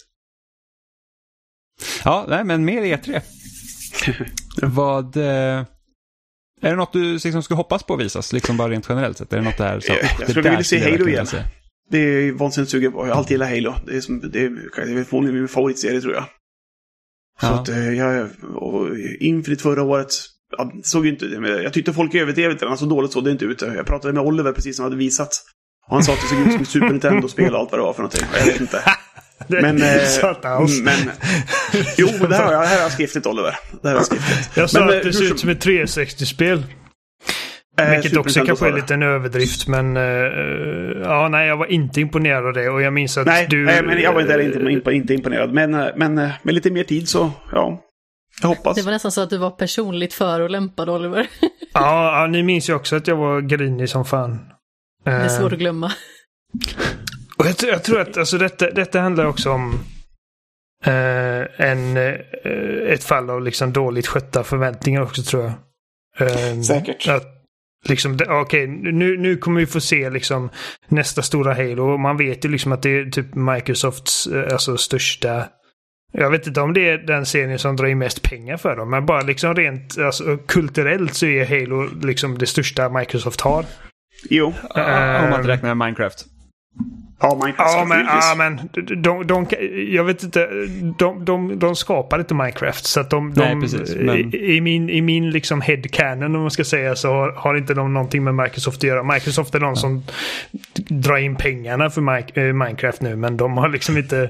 Ja, nej, men mer E3. Vad... Är det något du liksom ska hoppas på att visas? Liksom bara rent generellt sett. Är det något där? Så, jag tror vi vill se Halo igen. Det är vansinnigt sugen på. Jag har alltid gillat Halo. Det är förmodligen min favoritserie, tror jag. Så att Infinite förra året såg ju inte... Jag tyckte folk överdrev den. Så dåligt såg det inte ut. Jag pratade med Oliver precis som hade visat. Och han sa att det såg ut som Super Nintendo-spel och allt vad det var för någonting. Jag vet inte. Men jo, det här har jag skrivit, Oliver. Jag sa att det ser ut som ett 360-spel. Vilket också kanske är lite en överdrift. Men nej, jag var inte imponerad av det. Och jag minns att Nej, men jag var inte imponerad. Men med lite mer tid så, ja, jag hoppas. Det var nästan så att du var personligt förolämpad, Oliver. Ja, ni minns ju också att jag var grinig som fan. Det är svårt att glömma. Och jag tror att alltså, detta handlar också om ett fall av liksom dåligt skötta förväntningar också, tror jag. Säkert. Att, liksom, nu kommer vi få se liksom, nästa stora Halo. Man vet ju liksom att det är typ Microsofts alltså, största... Jag vet inte om det är den serien som drar in mest pengar för dem. Men bara liksom rent alltså, kulturellt så är Halo liksom det största Microsoft har. Jo. Om man inte räknar med Minecraft. Men jag vet inte, de skapar inte Minecraft, så att Nej, precis, men... i min liksom headcanon, om man ska säga, så har inte de någonting med Microsoft att göra. Microsoft är de som drar in pengarna för Minecraft nu, men de har liksom inte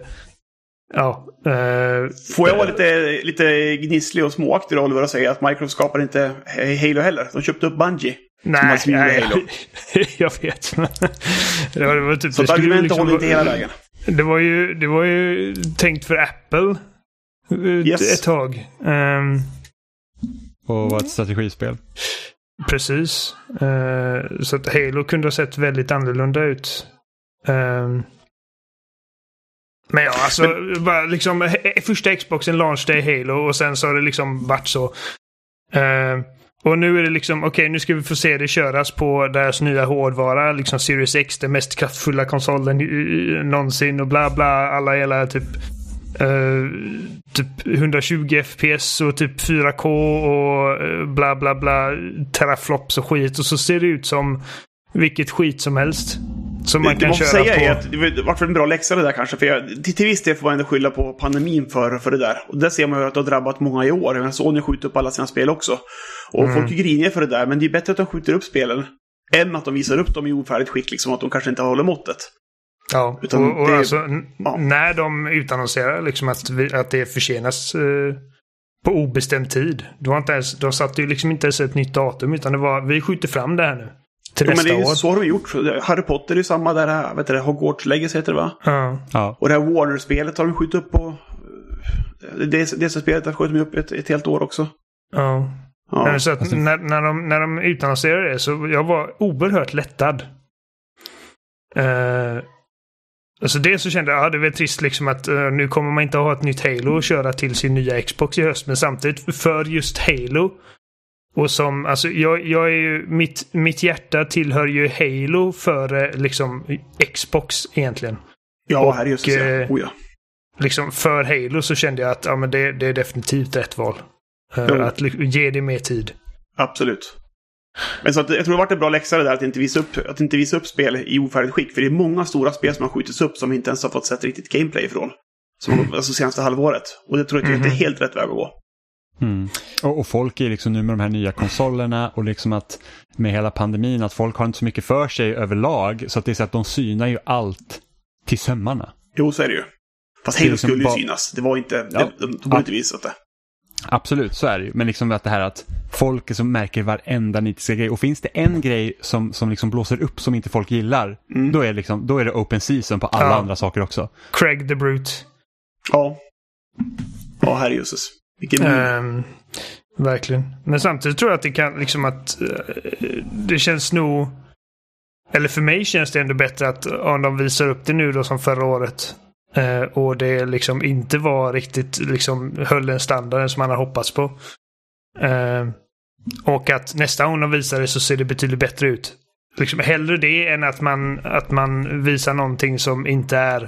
Får jag vara lite gnisslig och småaktig, Oliver, och säga att Microsoft skapar inte Halo heller. De köpte upp Bungie. Nej, jag vet. Det var typ, så argumentet liksom, håller inte hela vägen. Det var ju tänkt för Apple ett tag. Och var ett strategispel. Precis. Så att Halo kunde ha sett väldigt annorlunda ut. Men ja, alltså bara liksom första Xboxen launch day Halo, och sen så har det liksom varit så. Och nu är det liksom, okej, nu ska vi få se det köras på deras nya hårdvara, liksom Series X, den mest kraftfulla konsolen någonsin och bla bla, alla hela typ 120 FPS och typ 4K och bla bla bla, teraflops och skit, och så ser det ut som vilket skit som helst som man kan köra på. Säga att det var en bra läxa det där kanske, för till viss del får man ändå skylla på pandemin för det där. Och där ser man ju att det har drabbat många i år. Men Sony skjuter upp alla sina spel också. Och folk är griniga för det där, men det är bättre att de skjuter upp spelen än att de visar upp dem i ofärdigt skick, liksom att de kanske inte håller måttet. Ja, och alltså, när de utannonserar liksom att det försenas på obestämd tid, de satte ju liksom inte ens ett nytt datum, utan det var, vi skjuter fram det här nu till nästa år. Men det är ju så har de gjort. Harry Potter är ju samma där, vet du, Hogwarts Legacy heter det, va? Ja. Och det här Warner-spelet har de skjutit upp på, det spelet har skjutit upp ett helt år också. Ja. Så att när de utannonserade det, så jag var oerhört lättad. Alltså det så kände jag, det var trist liksom att nu kommer man inte att ha ett nytt Halo och köra till sin nya Xbox i höst, men samtidigt för just Halo Och som, alltså jag är ju, mitt hjärta tillhör ju Halo för liksom Xbox egentligen. Ja, här är just det. Liksom för Halo så kände jag att ja, men det är definitivt rätt val. Att ge det mer tid. Absolut. Men så att, jag tror det har varit en bra läxa det där att inte visa upp spel i ofärdigt skick. För det är många stora spel som har skjutits upp som inte ens har fått sett riktigt gameplay ifrån. Alltså senaste halvåret. Och det tror jag inte är helt rätt väg att gå. Mm. Och folk är liksom nu med de här nya konsolerna och liksom att med hela pandemin att folk har inte så mycket för sig överlag så att det är så att de synar ju allt till sömmarna. Jo, så är det ju. Fast Halo liksom skulle ju synas. Det var inte, de borde inte visat det. Absolut, så är det ju. Men liksom att det här att folk som märker varenda nitiska grej. Och finns det en grej som liksom blåser upp som inte folk gillar, då är det open season på alla andra saker också. Craig the Brute. Ja. Ja, här är Jesus. Verkligen. Men samtidigt tror jag att det kan liksom att det känns nog, eller för mig känns det ändå bättre att om de visar upp det nu då som förra året och det liksom inte var riktigt liksom höll den standarden som man har hoppats på. Och att nästa gång de visar det så ser det betydligt bättre ut. Liksom hellre det än att man visar någonting som inte är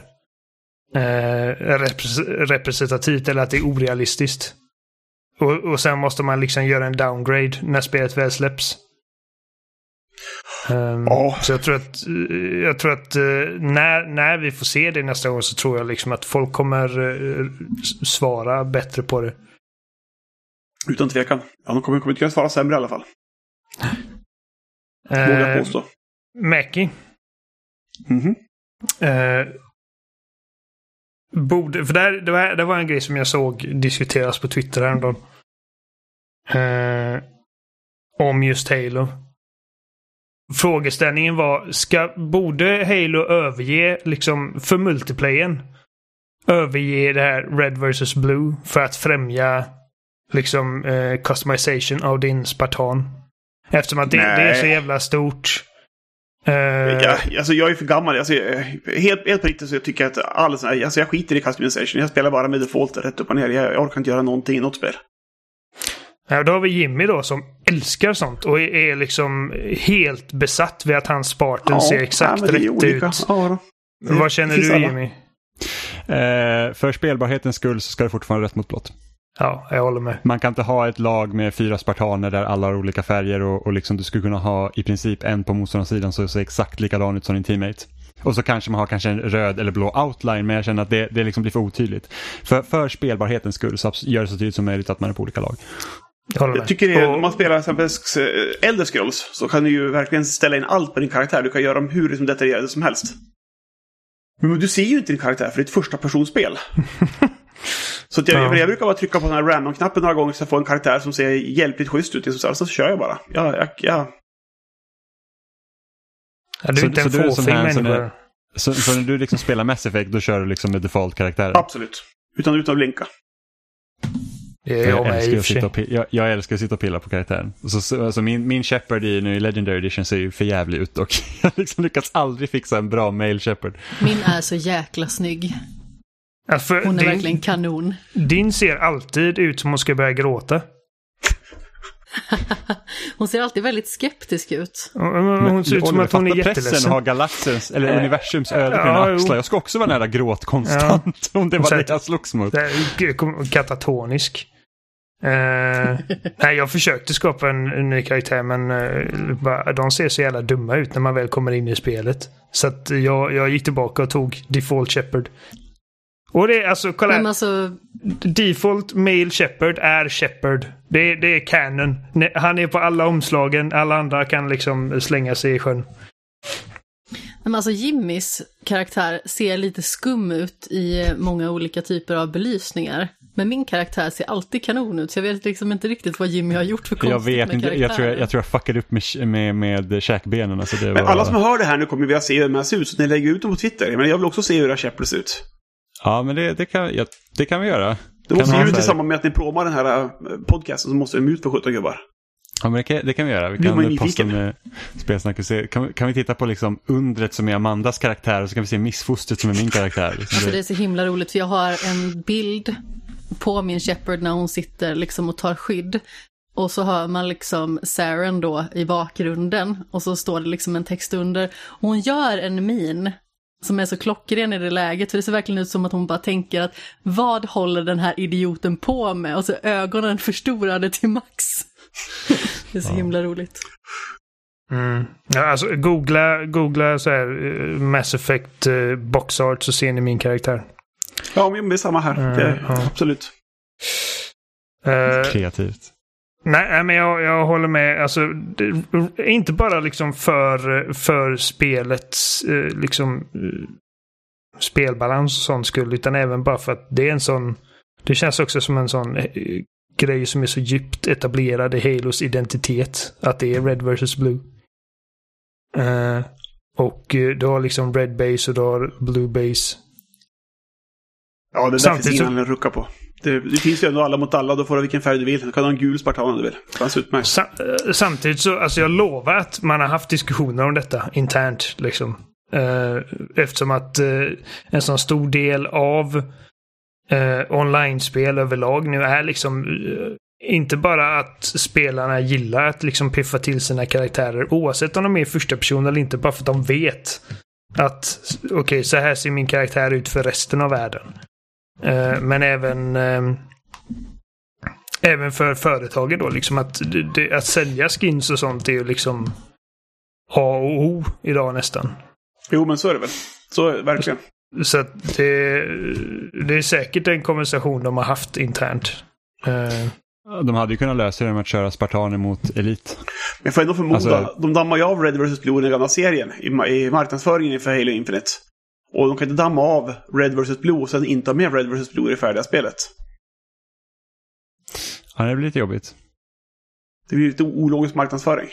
representativt eller att det är orealistiskt. Och sen måste man liksom göra en downgrade när spelet väl släpps. Så jag tror att när vi får se det nästa gång så tror jag liksom att folk kommer svara bättre på det. Utan tvekan. Ja, de kommer inte kunna svara sämre i alla fall. Vågar jag påstå. Mackie. För det var en grej som jag såg diskuteras på Twitter häromdagen. Om just Halo. Frågeställningen var, borde Halo överge liksom för multiplayern överge det här Red vs Blue för att främja liksom customization av din Spartan? Eftersom att det är så jävla stort. Alltså jag är för gammal. Alltså, helt på riktigt så jag tycker att alltså jag skiter i customization. Jag spelar bara med default rätt upp och ner. Jag orkar inte göra någonting i något spel. Ja, då har vi Jimmy då som älskar sånt och är liksom helt besatt vid att hans Spartan ser exakt rätt ut. Ja, vad känner du, Jimmy? För spelbarhetens skull så ska det fortfarande rätt mot blått. Ja, jag håller med. Man kan inte ha ett lag med 4 spartaner där alla har olika färger och liksom du skulle kunna ha i princip en på motståndarsidan så ser exakt likadan ut som din teammate. Och så kanske man har kanske en röd eller blå outline, men jag känner att det liksom blir för otydligt. För spelbarhetens skull så gör det så tydligt som möjligt att man är på olika lag. Jag tycker om man spelar exempel Elder Scrolls så kan du ju verkligen ställa in allt på din karaktär. Du kan göra dem hur liksom detaljerade som helst. Men du ser ju inte din karaktär för det är ett första personspel. Så att jag brukar bara trycka på den här random-knappen några gånger så jag får en karaktär som ser hjälpligt schysst ut. Så kör jag bara. Ja, du är inte en fåfäng människa. Så när du liksom spelar Mass Effect då kör du liksom med default-karaktärer? Absolut. Utan att blinka. Jag älskar att sitta och pilla på karaktären. Så min Shepard nu i Legendary Edition ser ju för jävligt ut och jag har liksom lyckats aldrig fixa en bra male Shepard. Min är så jäkla snygg. Hon är verkligen kanon. Din ser alltid ut som hon ska börja gråta. Hon ser alltid väldigt skeptisk ut. Hon ser ut som att hon är jätteledsen. Pressen har galaxens eller universums öde på mina axlar. Jag ska också vara nära gråt konstant om det var det jag slogs mot. Katatonisk. Nej, jag försökte skapa en ny karaktär men de ser så jävla dumma ut när man väl kommer in i spelet. Så att jag gick tillbaka och tog Default Shepard. Och det är alltså, kolla Default Male Shepard är Shepard. Det är canon. Han är på alla omslagen. Alla andra kan liksom slänga sig i sjön. Men alltså Jimmys karaktär ser lite skum ut i många olika typer av belysningar. Men min karaktär ser alltid kanon ut. Så jag vet liksom inte riktigt vad Jimmy har gjort för konstigt med karaktären. Jag tror jag fuckade upp med käkbenen. Alltså det var... Men alla som hör det här nu kommer vilja se hur det ser ut. Så ni lägger ut dem på Twitter. Men jag vill också se hur det Shepard ser ut. Ja, men det kan vi göra. Det måste ju ut i samband med att ni promar den här podcasten så måste de ut för 17 gubbar. Ja, men det kan vi göra. Vi kan posta med spelsnack och se. Kan vi titta på liksom undret som är Amandas karaktär och så kan vi se missfostret som är min karaktär. Alltså det är så himla roligt för jag har en bild på min Shepard när hon sitter liksom och tar skydd. Och så hör man liksom Saren då i bakgrunden. Och så står det liksom en text under. Och hon gör en min som är så klockren i det läget. För det ser verkligen ut som att hon bara tänker att vad håller den här idioten på med? Och så ögonen förstorade till max. Det är så himla roligt. Ja, alltså googla så här Mass Effect box art så ser ni min karaktär. Ja, men det är samma här. Absolut. Kreativt. Nej, men jag håller med. Alltså, inte bara liksom för spelets liksom spelbalans och sånt skull, utan även bara för att det är en sån. Det känns också som en sån grej som är så djupt etablerad i Halos identitet, att det är Red versus Blue. Och du har liksom Red base och du har Blue base. Ja, det där finns ingen att rucka på. Det finns ju ändå alla mot alla, då får du vilken färg du vill. Du kan ha en gul spartan om du vill. Samtidigt så, alltså jag lovar att man har haft diskussioner om detta internt liksom. Eftersom att en sån stor del av online-spel överlag nu är liksom inte bara att spelarna gillar att liksom piffa till sina karaktärer oavsett om de är i första person eller inte, bara för att de vet att okej, så här ser min karaktär ut för resten av världen. Men även för företagen då liksom att sälja skins och sånt är ju liksom A och O idag nästan. Jo, men så är det väl. Så är det, verkligen. Så att det är säkert en konversation de har haft internt. De hade ju kunnat lösa det med att köra spartaner mot elit. Men jag får ändå förmoda, de dammar ju av Red vs. Blue i den gamla serien i marknadsföringen för Halo Infinite. Och de kan inte damma av Red vs. Blue och sen inte ha med Red vs. Blue i det färdiga spelet. Ja, det blir lite jobbigt. Det blir lite ologisk marknadsföring.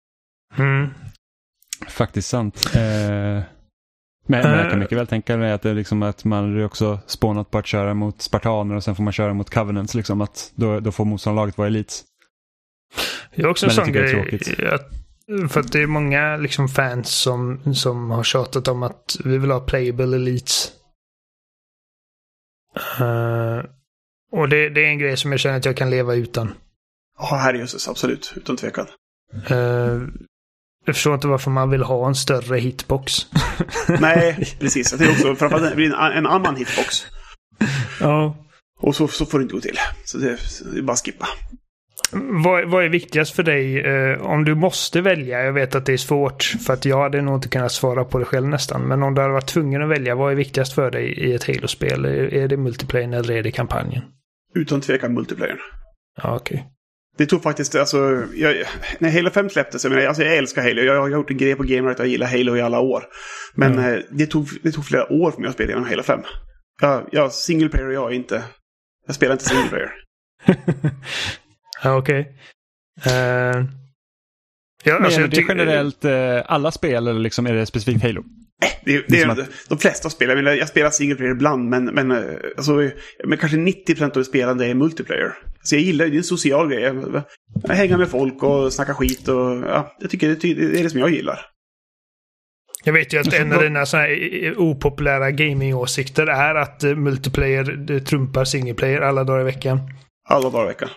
Faktiskt sant. Men jag kan mycket väl tänka mig att det är liksom att man är också spånat på att köra mot spartaner och sen får man köra mot Covenants liksom, att då får motståndarlaget vara elit. Det är också en sån grej för att det är många liksom fans som har tjatat om att vi vill ha playable elites. Och det är en grej som jag känner att jag kan leva utan. Ja, här är Jesus, absolut, utan tvekan. Jag förstår inte varför man vill ha en större hitbox. Nej, precis. Det är också framförallt en annan hitbox. Ja. Och så får det inte gå till. Så det är bara skippa. Vad är viktigast för dig om du måste välja? Jag vet att det är svårt för att jag hade nog inte kunnat svara på det själv nästan. Men om du hade varit tvungen att välja, vad är viktigast för dig i ett Halo-spel? Är det multiplayer eller är det kampanjen? Utan tvekan multiplayer. Ja, okej. Det tog faktiskt, alltså, när Halo 5 släpptes, jag älskar Halo. Jag har gjort en grej på Gamer att jag gillar Halo i alla år. Men det tog flera år för mig att spela igenom Halo 5. Jag single player och jag spelar inte single player. Ja, okej. Men alltså, är det generellt alla spel eller liksom är det specifikt Halo? Det är de flesta spel. Jag spelar single player ibland, men kanske 90% av det spelande är multiplayer. Så jag gillar det, är en social grej. Jag hänger med folk och snackar skit och jag tycker det är det som jag gillar. Jag vet ju att en av dina såna här opopulära gaming-åsikter är att multiplayer trumpar single player alla dagar i veckan. Alla dagar i veckan.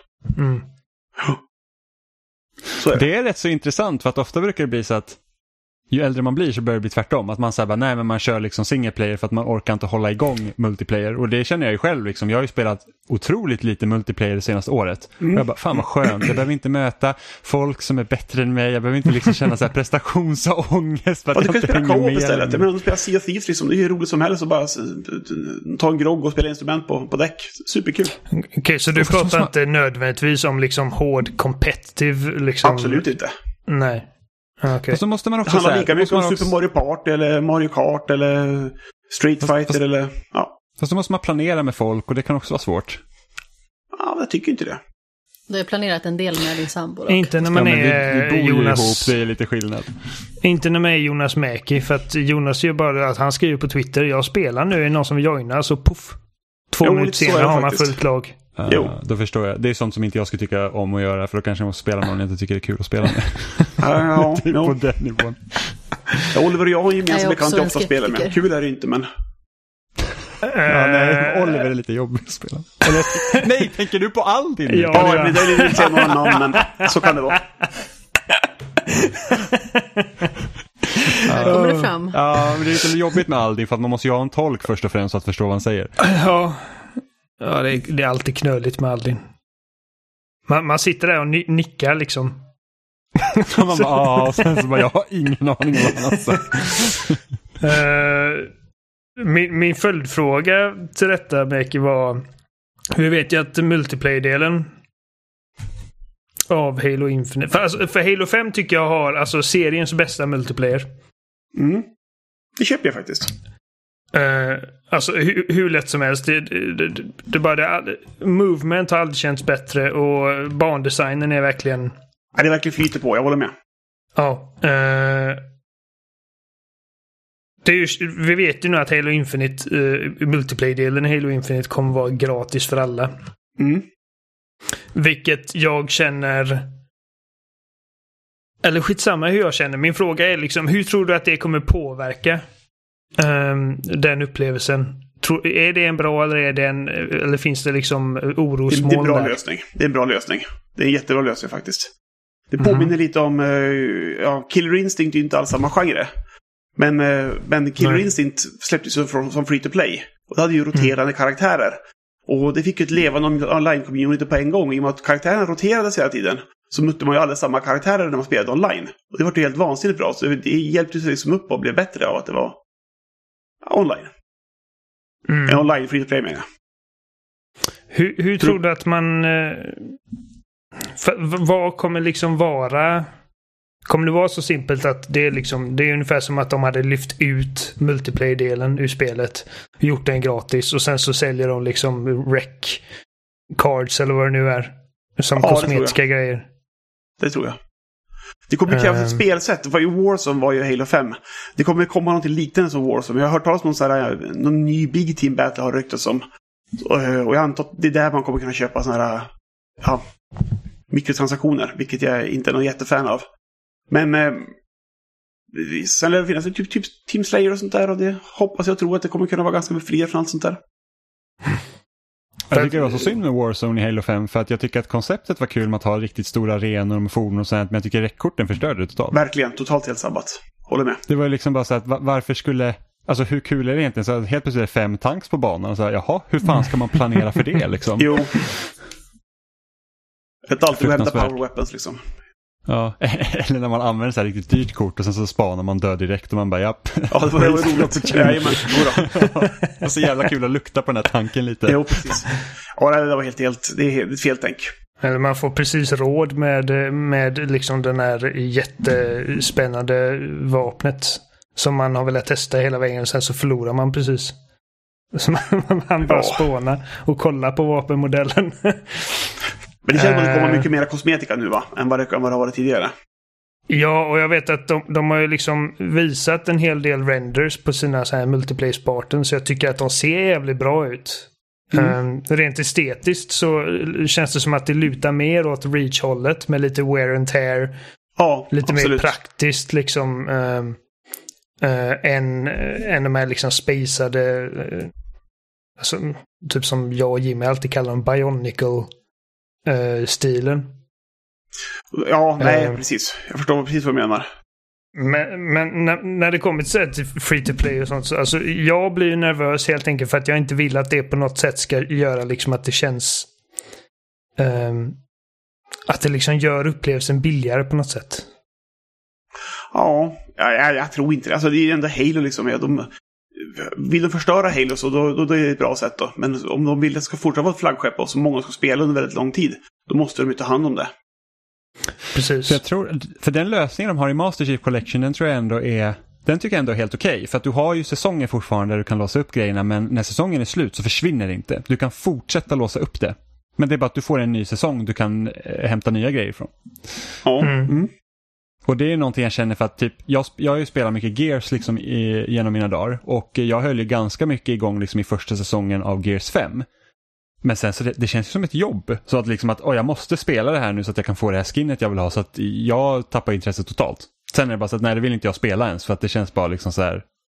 Så är det. Det är rätt så intressant för att ofta brukar det bli så att ju äldre man blir så börjar det bli tvärtom. Att man säger bara, nej men man kör liksom single player för att man orkar inte hålla igång multiplayer. Och det känner jag ju själv liksom. Jag har ju spelat otroligt lite multiplayer det senaste året. Och jag bara, fan vad skönt. Jag behöver inte möta folk som är bättre än mig. Jag behöver inte liksom känna så här prestationsångest. För att du kan spela co-op istället. Men om du spelar Sea of Thieves liksom, det är ju roligt som helst att bara ta en grogg och spela instrument på däck. Superkul. Okej, så du pratar inte nödvändigtvis om liksom hård competitive liksom? Absolut inte. Nej. Okay. Och så måste man också det handlar lika mycket om Super Mario Party eller Mario Kart eller Street Fighter eller Fast då måste man planera med folk och det kan också vara svårt. Ja, jag tycker inte det. Du har planerat en del med din sambo. Inte när man är vi bor Jonas ihop, det är lite skillnad. Inte när man är Jonas Mäki, för att Jonas gör bara att han skriver på Twitter, jag spelar nu, är någon som joinar, så puff. 2 minuter senare har man fullt lag. Då förstår jag. Det är sånt som inte jag skulle tycka om att göra, för då kanske jag måste spela någon jag inte tycker det är kul att spela med. Typ på den nivån. Oliver och jag har en gemensam bekant jag ofta spelar med. Kul är det inte, men... nej, Oliver är lite jobbig att spela. Eller, nej, tänker du på Aldin? Ja, det är lite säga någon annan, men så kan det vara. Här kommer det fram. Ja, men det är lite jobbigt med Aldin för att man måste ju ha en tolk först och främst för att förstå vad han säger. Ja, det är alltid knöligt med Aldin. Man sitter där och nickar liksom. Man bara, och sen så bara, jag har ingen aning om vad han sa. Min följdfråga till detta, Mäki, var: vi vet ju att multiplayer-delen av Halo Infinite, för Halo 5 tycker jag har alltså seriens bästa multiplayer. Det köper jag faktiskt. Alltså hur lätt som helst. Movement har aldrig känts bättre och bandesignen är verkligen... Ja, det är verkligen flyter på, jag håller med. Ja. Det är ju, vi vet ju nu att Halo Infinite, multiplayer-delen i Halo Infinite kommer vara gratis för alla. Vilket jag känner... Eller skitsamma hur jag känner. Min fråga är liksom, hur tror du att det kommer påverka den upplevelsen? Är det en bra eller finns det liksom orosmoln? Det är en bra lösning. Det är en bra lösning. Det är en jättebra lösning faktiskt. Det påminner lite om Killer Instinct är ju inte alls samma genre. Men Killer Instinct släpptes ju som free to play. Och det hade ju roterande karaktärer. Och det fick ju ett levande online-community på en gång. I och med att karaktärerna roterades hela tiden, så mötte man ju alla samma karaktärer när man spelade online. Och det var ju helt vansinnigt bra. Så det hjälpte sig liksom upp och blev bättre av att det var online. En online free to play med. Hur tror du att man... vad kommer liksom vara... Kommer det vara så simpelt att det är liksom... Det är ungefär som att de hade lyft ut multiplayer-delen ur spelet, gjort den gratis och sen så säljer de liksom rec cards eller vad det nu är som kosmetiska grejer. Det tror jag. Det kommer krävas ett spelsätt. Det var ju Warzone, var ju Halo 5. Det kommer komma något liknande som Warzone. Jag har hört talas om någon ny Big Team Battle har ryktats om. Och jag antar att det är där man kommer kunna köpa såna här mikrotransaktioner, vilket jag inte är någon jättefan av. Men sen lär det finnas typ Team Slayer och sånt där, och det hoppas jag tror att det kommer kunna vara ganska befriat från allt sånt där. Jag tycker det var så synd med Warzone i Halo 5 för att jag tycker att konceptet var kul med att ha riktigt stora arenor med fordon och sånt, men jag tycker räckkorten förstörde det totalt. Verkligen, totalt helt sabbat. Håller med. Det var liksom bara så att varför skulle... Alltså hur kul är det egentligen? Så helt plötsligt är det 5 tanks på banan och så här, jaha, hur fan ska man planera för det liksom? Jo. Ett alltid hämta power weapons liksom. Ja, eller när man använder så här riktigt dyrt kort och sen så spanar man död direkt och man bara, japp. Ja, det var roligt. Jajamän, det var så jävla kul att lukta på den här tanken lite. Jo, precis. Ja, det var det är helt fel tänk. Eller man får precis råd med liksom den här jättespännande vapnet som man har velat testa hela vägen, sen så förlorar man precis. Så man bara spånar och kollar på vapenmodellen. Men det känns som att det kommer mycket mer kosmetika nu, va? Än vad det har varit tidigare. Ja, och jag vet att de har ju liksom visat en hel del renders på sina så här multiplayer-sparten, så jag tycker att de ser jävligt bra ut. Rent estetiskt så känns det som att det lutar mer åt Reach-hållet med lite wear and tear. Ja, lite absolut. mer praktiskt liksom än de här liksom spacade alltså, typ som jag och Jimmy alltid kallar dem Bionicle stilen. Ja, nej, precis. Jag förstår precis vad du menar. Men när det kommer till free to play och sånt, så alltså, jag blir nervös helt enkelt för att jag inte vill att det på något sätt ska göra liksom att det känns att det liksom gör upplevelsen billigare på något sätt. Ja, jag tror inte det. Alltså det är ju ändå Halo liksom. Vill de förstöra Halo så då är det ett bra sätt då. Men om de vill att det ska fortsätta vara ett flaggskepp och så många ska spela under väldigt lång tid, då måste de ju ta hand om det. Precis. Så jag tror, för den lösningen de har i Master Chief Collection, den tycker jag ändå är helt okej. För att du har ju säsonger fortfarande där du kan låsa upp grejerna, men när säsongen är slut så försvinner det inte. Du kan fortsätta låsa upp det. Men det är bara att du får en ny säsong du kan hämta nya grejer ifrån. Ja. Och det är någonting jag känner för att typ, jag har ju spelat mycket Gears liksom genom mina dagar, och jag höll ju ganska mycket igång liksom i första säsongen av Gears 5. Men sen så det känns ju som ett jobb. Så att liksom att jag måste spela det här nu så att jag kan få det här skinnet jag vill ha. Så att jag tappar intresset totalt. Sen är det bara så att nej, det vill inte jag spela ens. För att det känns bara liksom så här.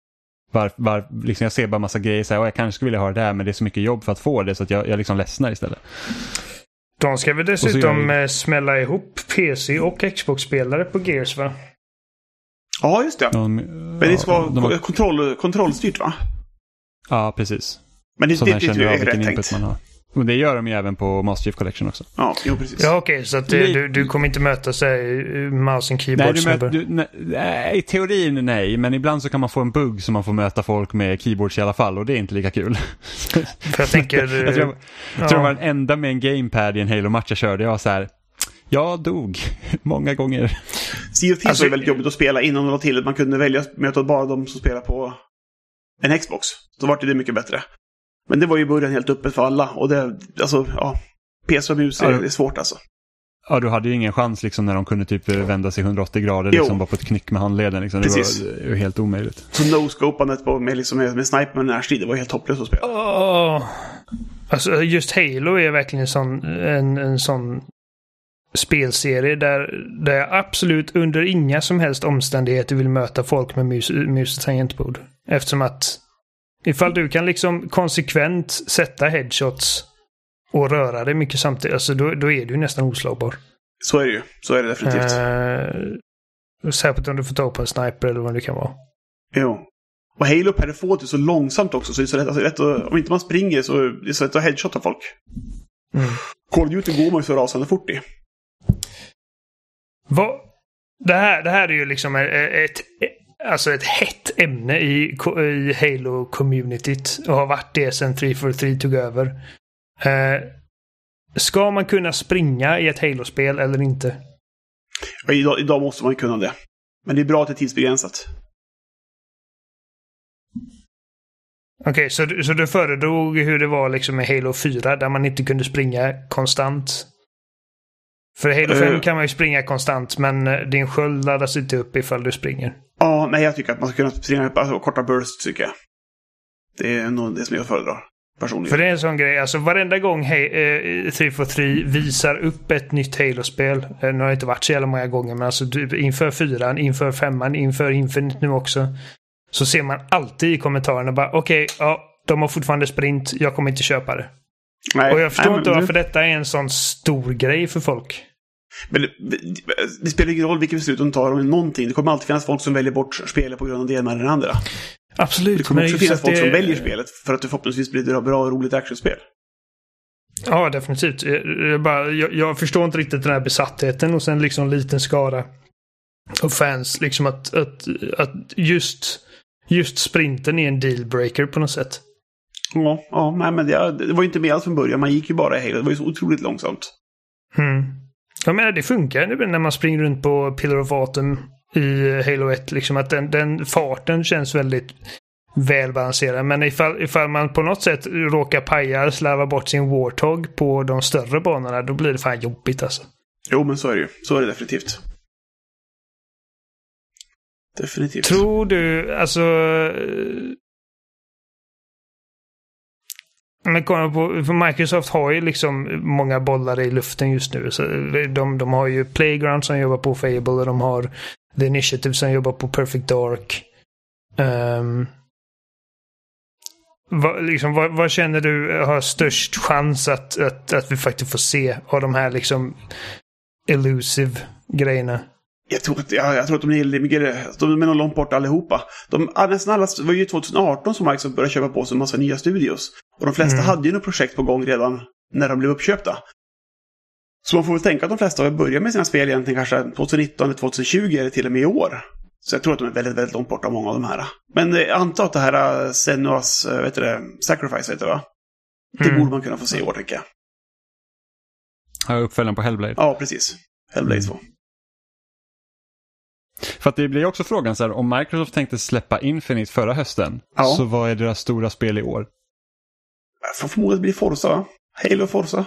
liksom jag ser bara massa grejer så här, jag kanske skulle vilja ha det där, men det är så mycket jobb för att få det så att jag liksom ledsnar istället. De ska väl dessutom smälla ihop PC och Xbox-spelare på Gears, va? Ja, just det. Men det ska vara kontrollstyrt, va? Ja, precis. Men det så man känner av vilken input man har. Och det gör de ju även på Master Chief Collection också. Ja, jo, precis. Ja, okej. Så att du kommer inte möta mouse and keyboard. Nej, i teorin nej. Men ibland så kan man få en bugg som man får möta folk med keyboards i alla fall. Och det är inte lika kul. För jag tänker... jag tror jag var den enda med en gamepad i en Halo-match jag körde. Jag var så här... Jag dog många gånger. Sea of Thieves var väldigt jobbigt att spela innan det var till. Man kunde välja att möta bara de som spelar på en Xbox. Så var det mycket bättre. Men det var ju i början helt öppet för alla. Och det, alltså, ja, PC och mus är svårt alltså. Ja, du hade ju ingen chans liksom när de kunde typ vända sig 180 grader liksom bara på ett knyck med handleden. Liksom. Det var ju helt omöjligt. Så no-scopandet med sniper med närstrid, det var helt hopplöst att spela. Alltså just Halo är verkligen en sån spelserie där jag absolut under inga som helst omständigheter vill möta folk med mus och tangentbord. Eftersom att ifall du kan liksom konsekvent sätta headshots och röra dig mycket samtidigt, alltså då är du nästan oslagbar. Så är det ju. Så är det definitivt. Särskilt om du får ta på en sniper eller vad det kan vara. Jo. Och Halo per default är så långsamt också, så det är så lätt om inte man springer så är det så lätt att headshotta folk. Call of Duty går man ju så rasande fort i. Det här är ju liksom ett hett ämne i Halo-communityt och har varit det sedan 343 tog över. Ska man kunna springa i ett Halo-spel eller inte? Ja, idag måste man kunna det. Men det är bra att det är tidsbegränsat. Okej, så du föredrog hur det var liksom med Halo 4 där man inte kunde springa konstant? För Halo 5 kan man ju springa konstant, men din sköld laddas inte upp ifall du springer. Ja, nej, jag tycker att man ska kunna springa korta burst, tycker jag. Det är nog det som jag föredrar personligen. För det är en sån grej, alltså varenda gång 343 visar upp ett nytt Halo-spel, nu har det inte varit så jävla många gånger, men alltså inför 4, inför 5, inför Infinite nu också, så ser man alltid i kommentarerna bara, okej, de har fortfarande sprint, jag kommer inte köpa det. Nej, och jag förstår inte varför detta är en sån stor grej för folk. Men det spelar ingen roll vilket beslut de tar om någonting. Det kommer alltid finnas folk som väljer bort spelet på grund av det ena eller det andra. Absolut. Det kommer också finnas folk som väljer spelet för att det förhoppningsvis blir ett bra och roligt actionspel. Ja, definitivt. Jag förstår inte riktigt den här besattheten och sen liksom en liten skara och fans liksom att just sprinten är en dealbreaker på något sätt. Ja, nej, men det var ju inte med alls från början. Man gick ju bara i Halo. Det var ju så otroligt långsamt. Jag menar, det funkar när man springer runt på Pillar of Autumn i Halo 1. Liksom att den farten känns väldigt välbalanserad. Men ifall man på något sätt råkar paja, slarva bort sin Warthog på de större banorna, då blir det fan jobbigt alltså. Jo, men så är det ju. Så är det definitivt. Definitivt. Tror du, alltså... Men kolla på, för Microsoft har ju liksom många bollar i luften just nu. Så de har ju Playground som jobbar på Fable och de har The Initiative som jobbar på Perfect Dark. Vad känner du har störst chans att vi faktiskt får se av de här liksom elusive grejerna? Jag tror att de är nog långt bort allihopa. Nästan alla var ju 2018 som Microsoft började köpa på sig en massa nya studios. Och de flesta hade ju något projekt på gång redan när de blev uppköpta. Så man får väl tänka att de flesta har börjat med sina spel egentligen kanske 2019 eller 2020 eller till och med i år. Så jag tror att de är väldigt, väldigt långt bort av många av de här. Men jag antar att det här Senua's Sacrifice, va? Det borde man kunna få se i år, tänker jag. Ja, uppföljaren på Hellblade. Ja, precis. Hellblade 2. För att det blir också frågan så här, om Microsoft tänkte släppa Infinite förra hösten, så vad är deras stora spel i år? Jag förmodar att det blir Forza, va? Halo Forza.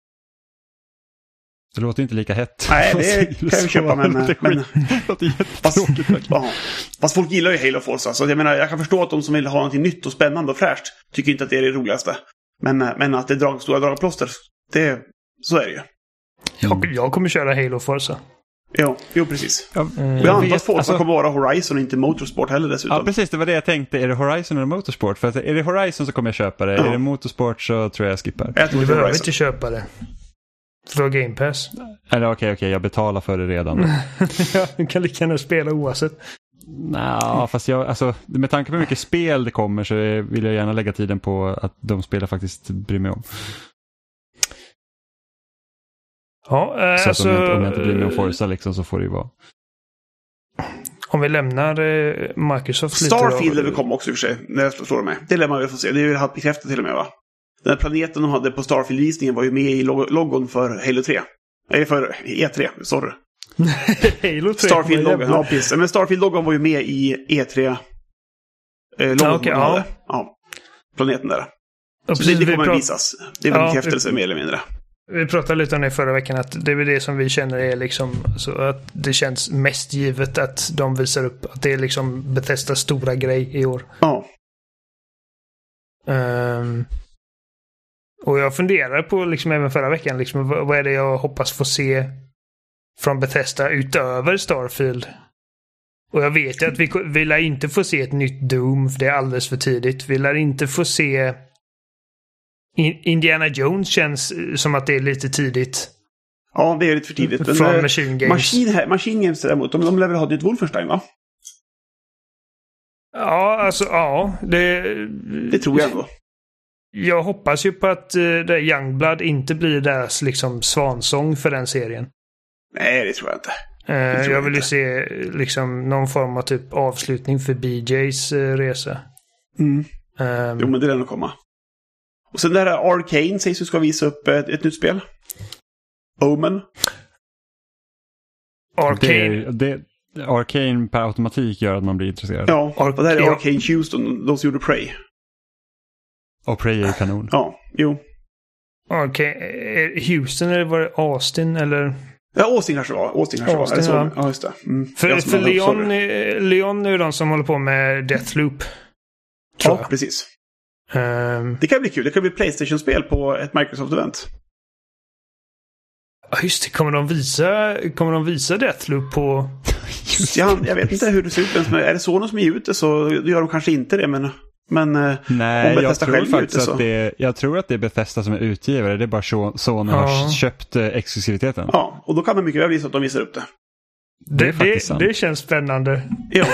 Det låter inte lika hett. Nej, det kan jag köpa, men det låter jättetråkigt. Fast folk gillar ju Halo Forza, så jag menar, jag kan förstå att de som vill ha något nytt och spännande och fräscht tycker inte att det är det roligaste. Men att det är stora dragplåster, så är det ju. Jag kommer köra Halo Forza. Jo precis. Ja, jag antar att Forza kommer vara Horizon och inte Motorsport heller dessutom. Ja, precis. Det var det jag tänkte. Är det Horizon eller Motorsport? För att är det Horizon så kommer jag köpa det. Är det Motorsport så tror jag skippar. Du behöver inte köpa det. För då Game Pass. Eller okej, jag betalar för det redan. Ja, du kan lika gärna spela oavsett. Nej, fast med tanke på hur mycket spel det kommer så vill jag gärna lägga tiden på att de spelar faktiskt bryr mig om. Ja, så att om jag inte bryr mig om Forza liksom, så får det ju vara. Om vi lämnar Microsoft lite. Starfield vill komma också i och för sig. När jag slår med. Det lär man väl få se. Det är ju haft bekräftat till och med, va? Den här planeten de hade på Starfield-visningen var ju med i logon för Halo 3. Eller för E3, sorry. Halo 3. Starfield-logon, ja precis. Men Starfield-logon var ju med i E3. Ja, planeten där. Så det kommer visas. Det är väl bekräftelse mer eller mindre. Vi pratade lite om det förra veckan, att det är det som vi känner är liksom, alltså att det känns mest givet att de visar upp att det är liksom Bethesdas stora grej i år. Ja. Och jag funderar på liksom även förra veckan liksom, vad är det jag hoppas få se från Bethesda utöver Starfield. Och jag vet ju att vi lär inte få se ett nytt Doom, för det är alldeles för tidigt. Vi lär inte få se Indiana Jones, känns som att det är lite tidigt. Ja, det är lite för tidigt. Från Machine Games. Machine Games däremot, de lär väl ha ett Wolfenstein, va? Ja, alltså det tror jag ändå. Jag hoppas ju på att Youngblood inte blir deras liksom svansång för den serien. Nej, det tror jag inte. Jag vill ju se liksom någon form av typ avslutning för BJs resa. Jo, men det är nog komma. Och sen där Arcane sägs ju ska visa upp ett nytt spel. Omen. Arcane per automatik gör att man blir intresserad. Ja, och det här är Arcane Houston, de som gjorde Prey. Och Prey är kanon. Ja, jo. Houston, eller var det Austin eller? Ja, Austin kanske var. Ja, just det. För Leon är ju de som håller på med Deathloop. Ja, precis. Det kan bli kul. Det kan bli PlayStation-spel på ett Microsoft-event. Ja, just det. Kommer de visa Deathloop på... Jag vet inte hur det ser ut. Men är det Sony som är ute så gör de kanske inte det. Men nej, jag tror faktiskt att jag tror att det är Bethesda som är utgivare. Det är bara Sony har köpt exklusiviteten. Ja, och då kan man mycket väl visa att de visar upp det. Det känns spännande. Ja.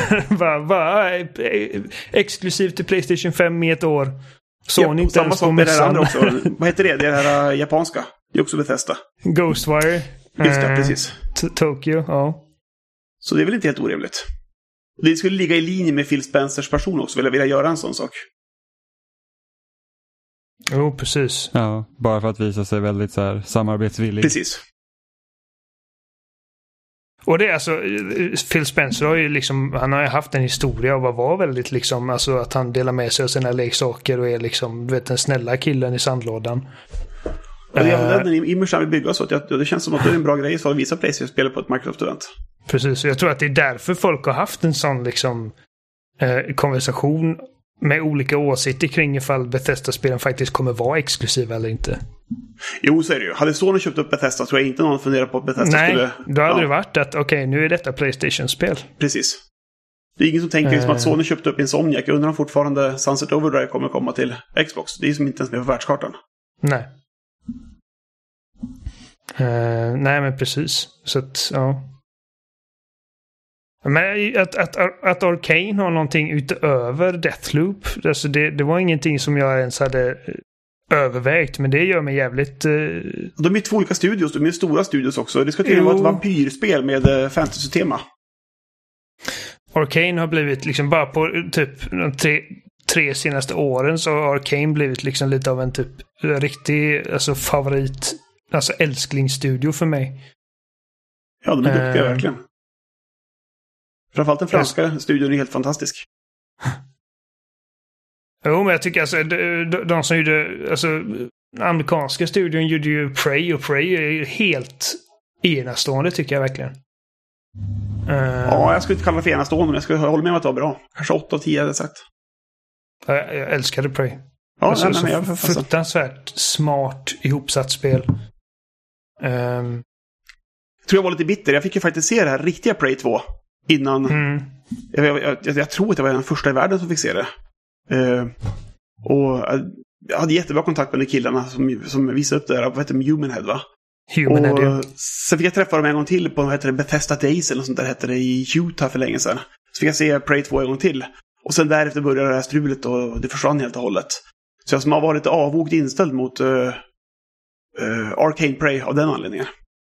Exklusivt till PlayStation 5 i ett år. Sony inte samma sak med det andra också. Vad heter det? Det här japanska. Det är också Bethesda. Ghostwire. Just det, precis. Tokyo, ja. Så det är väl inte helt orimligt. Det skulle ligga i linje med Phil Spencers person också. Vilja göra en sån sak. Jo, precis. Ja, bara för att visa sig väldigt så här samarbetsvillig. Precis. Och det är alltså, Phil Spencer har ju liksom, han har ju haft en historia av att vara väldigt liksom, alltså att han delar med sig av sina leksaker och är liksom, du vet, den snälla killen i sandlådan. Och det är den image han vill bygga så att det känns som att det är en bra grej så att visa PlayStation-spel på ett Microsoft-event. Precis, och jag tror att det är därför folk har haft en sån liksom konversation med olika åsikter kring ifall Bethesda-spelen faktiskt kommer vara exklusiva eller inte. Jo, så är det ju. Hade Sony köpt upp Bethesda tror jag inte någon funderar på att Bethesda skulle... Nej, då hade det varit att okej, nu är detta PlayStation-spel. Precis. Det är ingen som tänker som att Sony köpte upp Insomniac. Jag undrar om fortfarande Sunset Overdrive kommer komma till Xbox. Det är som inte ens med på världskartan. Nej. Nej, men precis. Så att, ja. Men att Arcane har någonting utöver Deathloop, alltså det var ingenting som jag ens hade övervägt, men det gör mig jävligt... De är 2 olika studios, de är stora studios också. Det ska till och med vara ett vampyrspel med fantasy-tema. Arcane har blivit liksom bara på typ de tre senaste åren så har Arcane blivit liksom lite av en typ riktig alltså favorit, alltså älsklingsstudio för mig. Ja, de är duktiga verkligen. Framförallt den franska studion är helt fantastisk. Jo, men jag tycker alltså de som gjorde, alltså amerikanska studion gjorde ju Prey, och Prey är helt enastående tycker jag verkligen. Ja, jag skulle inte kalla det för enastående, men jag skulle hålla med om att det var bra. Kanske 8 av 10 hade jag sagt. Jag älskade Prey. Ja, alltså, fruktansvärt smart ihopsatt spel. Jag tror jag var lite bitter. Jag fick ju faktiskt se det här riktiga Prey 2 innan. Jag tror att det var den första i världen som fick se det. Och jag hade jättebra kontakt med de killarna som visade upp det där. Vad heter det? Human Head, va? Human Head, ja. Sen fick jag träffa dem en gång till på Bethesda Days eller något sånt där hette det i Utah för länge sedan. Så fick jag se Prey 2 en gång till. Och sen därefter började det här strulet och det försvann helt och hållet. Så jag som har varit avvokt inställd mot Arcane Prey av den anledningen.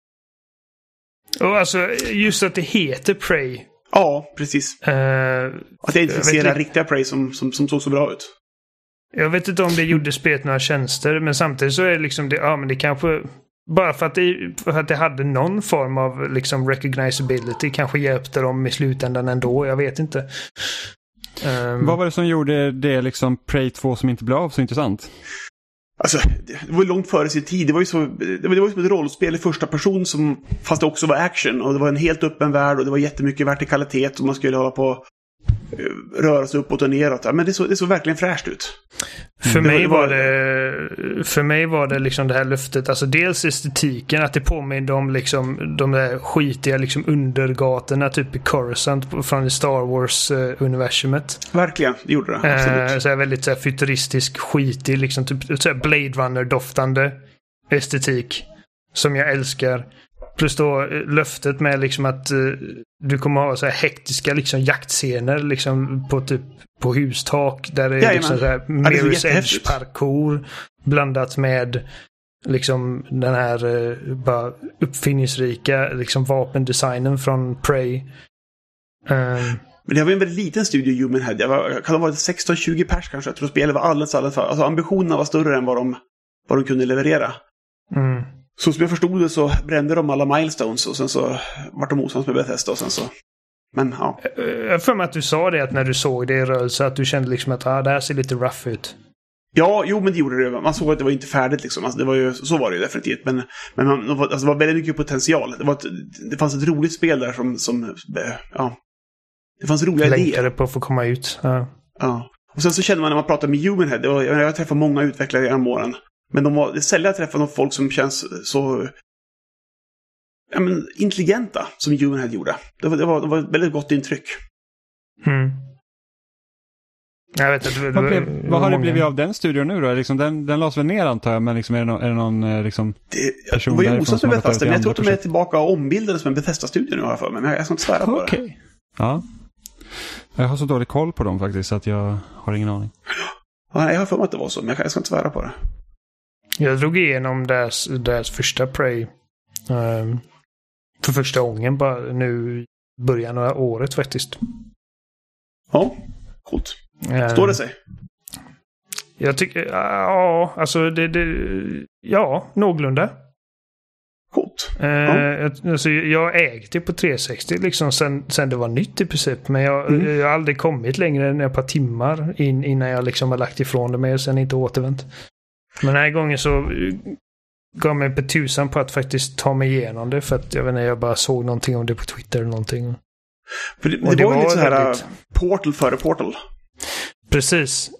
Och alltså, just att det heter Prey. Ja, precis. Att jag inte fick se det riktiga Prey som såg så bra ut. Jag vet inte om det gjorde spelet några tjänster, men samtidigt så är det liksom men det kanske bara för att det hade någon form av liksom recognizability kanske hjälpte dem i slutändan ändå, jag vet inte. Vad var det som gjorde det liksom Prey 2 som inte blev av så intressant? Alltså, det var långt före sin tid. Det var ju som ett rollspel i första person fast det också var action. Och det var en helt öppen värld och det var jättemycket vertikalitet och man skulle hålla på röra sig uppåt och neråt. Ja, men det såg verkligen fräscht ut. För mig var det liksom det här löftet, alltså dels estetiken, att det påminner om liksom de där skitiga liksom undergatorna typ i Coruscant från Star Wars-universumet. Verkligen, det gjorde det. Absolut. Så här väldigt så här futuristisk, skitig liksom typ så här Blade Runner-doftande estetik som jag älskar. Plus då löftet med liksom att du kommer ha så här hektiska liksom jaktscener liksom på hustak där det är liksom så här Mirror's Edge parkour blandat med liksom den här bara uppfinningsrika liksom vapendesignen från Prey. Men det var en väldigt liten studio, Human Head. Jag kan ha varit 16-20 pers kanske. Jag tror spelet var alldeles. Alltså ambitionerna var större än vad de kunde leverera. Så som jag förstod det så brände de alla milestones och sen så var de osams med Bethesda och sen så. Men ja. Jag för mig att du sa det att när du såg det i rörelse att du kände liksom att det här ser lite rough ut. Ja, jo men det gjorde det. Man såg att det var inte färdigt liksom. Alltså, så var det ju definitivt. Men alltså, det var väldigt mycket potential. Det fanns ett roligt spel där som ja. Det fanns roliga idéer. Längtade på att få komma ut. Ja. Och sen så känner man när man pratar med Human Head. Jag har träffat många utvecklare genom åren. Men det sällan jag träffar någon folk som känns så intelligenta som Human Head gjorde. Det var ett väldigt gott intryck. Jag vet inte, vad har det blivit av den studion nu då? Liksom, den lades väl ner antar jag, men liksom, är det någon liksom, person det var ju osams med Bethesda, men jag tror att de är tillbaka och ombildades med Bethesda-studion nu, för mig. Men jag ska inte svära på det. Ja. Jag har så dålig koll på dem faktiskt så att jag har ingen aning. Ja, jag har för mig att det var så, men jag ska inte svära på det. Jag drog igenom deras första Prey för första gången bara nu början av året faktiskt. Ja, coolt. Står det sig? Jag tycker, ja, alltså ja, någorlunda. Coolt. Alltså, jag ägde på 360 liksom sen det var nytt i princip, men jag har aldrig kommit längre än ett par timmar innan jag liksom har lagt ifrån det mig och sen inte återvänt. Men den här gången så gav mig på tusan på att faktiskt ta mig igenom det, för att jag vet inte, jag bara såg någonting om det på Twitter eller någonting. För det var ju lite så här väldigt... Portal före Portal. Precis.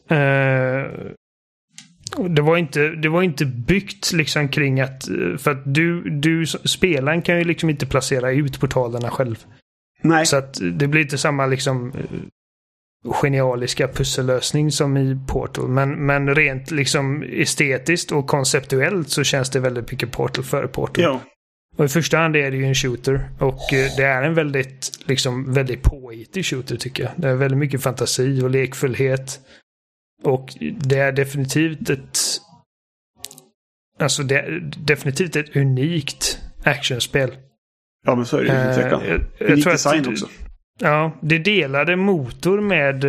Det var inte byggt liksom kring att, för att du spelaren kan ju liksom inte placera ut portalerna själv. Nej. Så att det blir inte samma liksom genialiska pussellösning som i Portal, men rent liksom estetiskt och konceptuellt så känns det väldigt mycket Portal före Portal. Ja. Och i första hand är det ju en shooter och det är en väldigt påhittig shooter tycker jag. Det är väldigt mycket fantasi och lekfullhet. Och det är definitivt ett unikt actionspel. Ja, men så är det ju. Unik design också. Ja, det delade motor med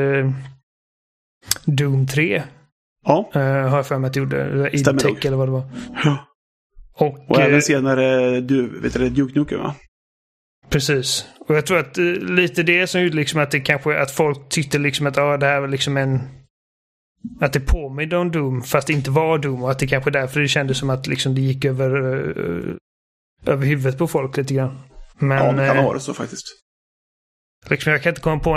Doom 3. Ja. Har jag för mig att det gjorde. Intech eller vad det var. Ja. Och även senare Duke Nukem, va? Precis. Och jag tror att lite det som gjorde liksom att det kanske att folk tyckte liksom att det här var liksom att det påminner om Doom fast det inte var Doom, och att det kanske därför det kändes som att liksom det gick över huvudet på folk lite grann. Men, ja, det kan vara så faktiskt. Liksom, jag kan inte komma på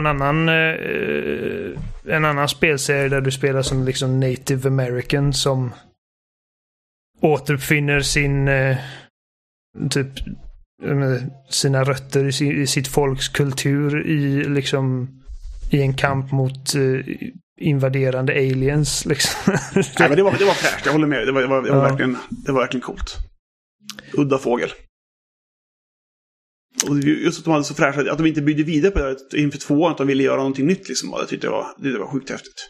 en annan spelserie där du spelar som liksom Native American som återuppfinner sin typ sina rötter i sitt folks kultur i en kamp mot invaderande aliens liksom. Nej, men det var fräscht, jag håller med. Det var verkligen coolt. Udda fågel. Och just att de hade så fräscht att de inte byggde vidare på det inför 2 att de ville göra någonting nytt liksom. Jag tyckte det var sjukt häftigt.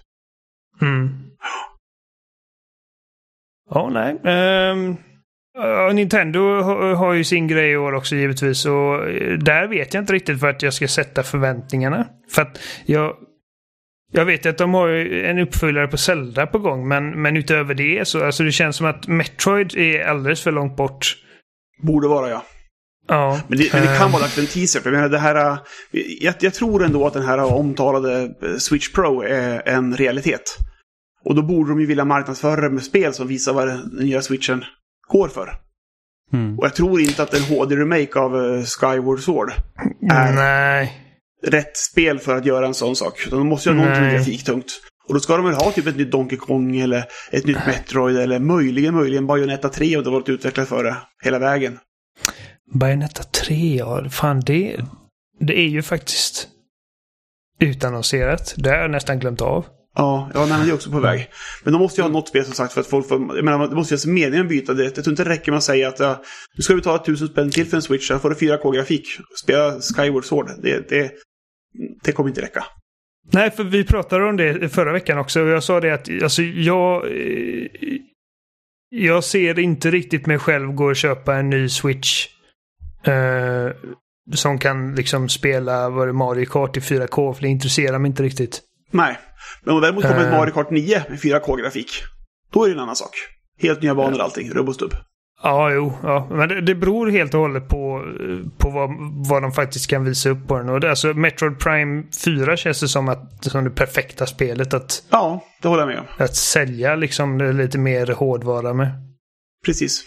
Nej. Nintendo har ju sin grej i år också givetvis, och där vet jag inte riktigt för att jag ska sätta förväntningarna. För att jag vet att de har ju en uppföljare på Zelda på gång, men utöver det så alltså det känns som att Metroid är alldeles för långt bort. Borde vara, ja. Ja. Men det kan vara en teaser. För jag menar, det här, jag tror ändå att den här omtalade Switch Pro är en realitet. Och då borde de ju vilja marknadsföra med spel som visar vad den nya Switchen går för. Och jag tror inte att en HD-remake av Skyward Sword är rätt spel för att göra en sån sak. Utan de måste ju ha någonting grafiktungt. Och då ska de väl ha typ ett nytt Donkey Kong eller ett nytt Metroid eller möjligen Bayonetta 3 och det har varit utvecklat för det hela vägen. Bayonetta 3, ja. Fan, det är ju faktiskt utannonserat. Det har jag nästan glömt av. Ja, det är också på väg. Men de måste ju ha något spel som sagt för att folk får... Jag menar, det måste ju ha meningen att byta det. Jag tror inte det räcker med att säga att nu ska vi ta 1000 spänn till för en Switch. Då får du 4K-grafik. Spela Skyward Sword. Det kommer inte räcka. Nej, för vi pratade om det förra veckan också. Och jag sa det att alltså, jag ser inte riktigt mig själv gå och köpa en ny Switch som kan liksom spela Mario Kart i 4K, för det intresserar mig inte riktigt. Nej, men om däremot kommer ett Mario Kart 9 med 4K-grafik, då är det en annan sak. Helt nya banor och allting, rubb och stubb. Ja, men det beror helt och hållet på vad de faktiskt kan visa upp på den. Och det, alltså Metroid Prime 4 känns det som det perfekta spelet ja, det håller jag med om. Att sälja liksom lite mer hårdvara med. Precis.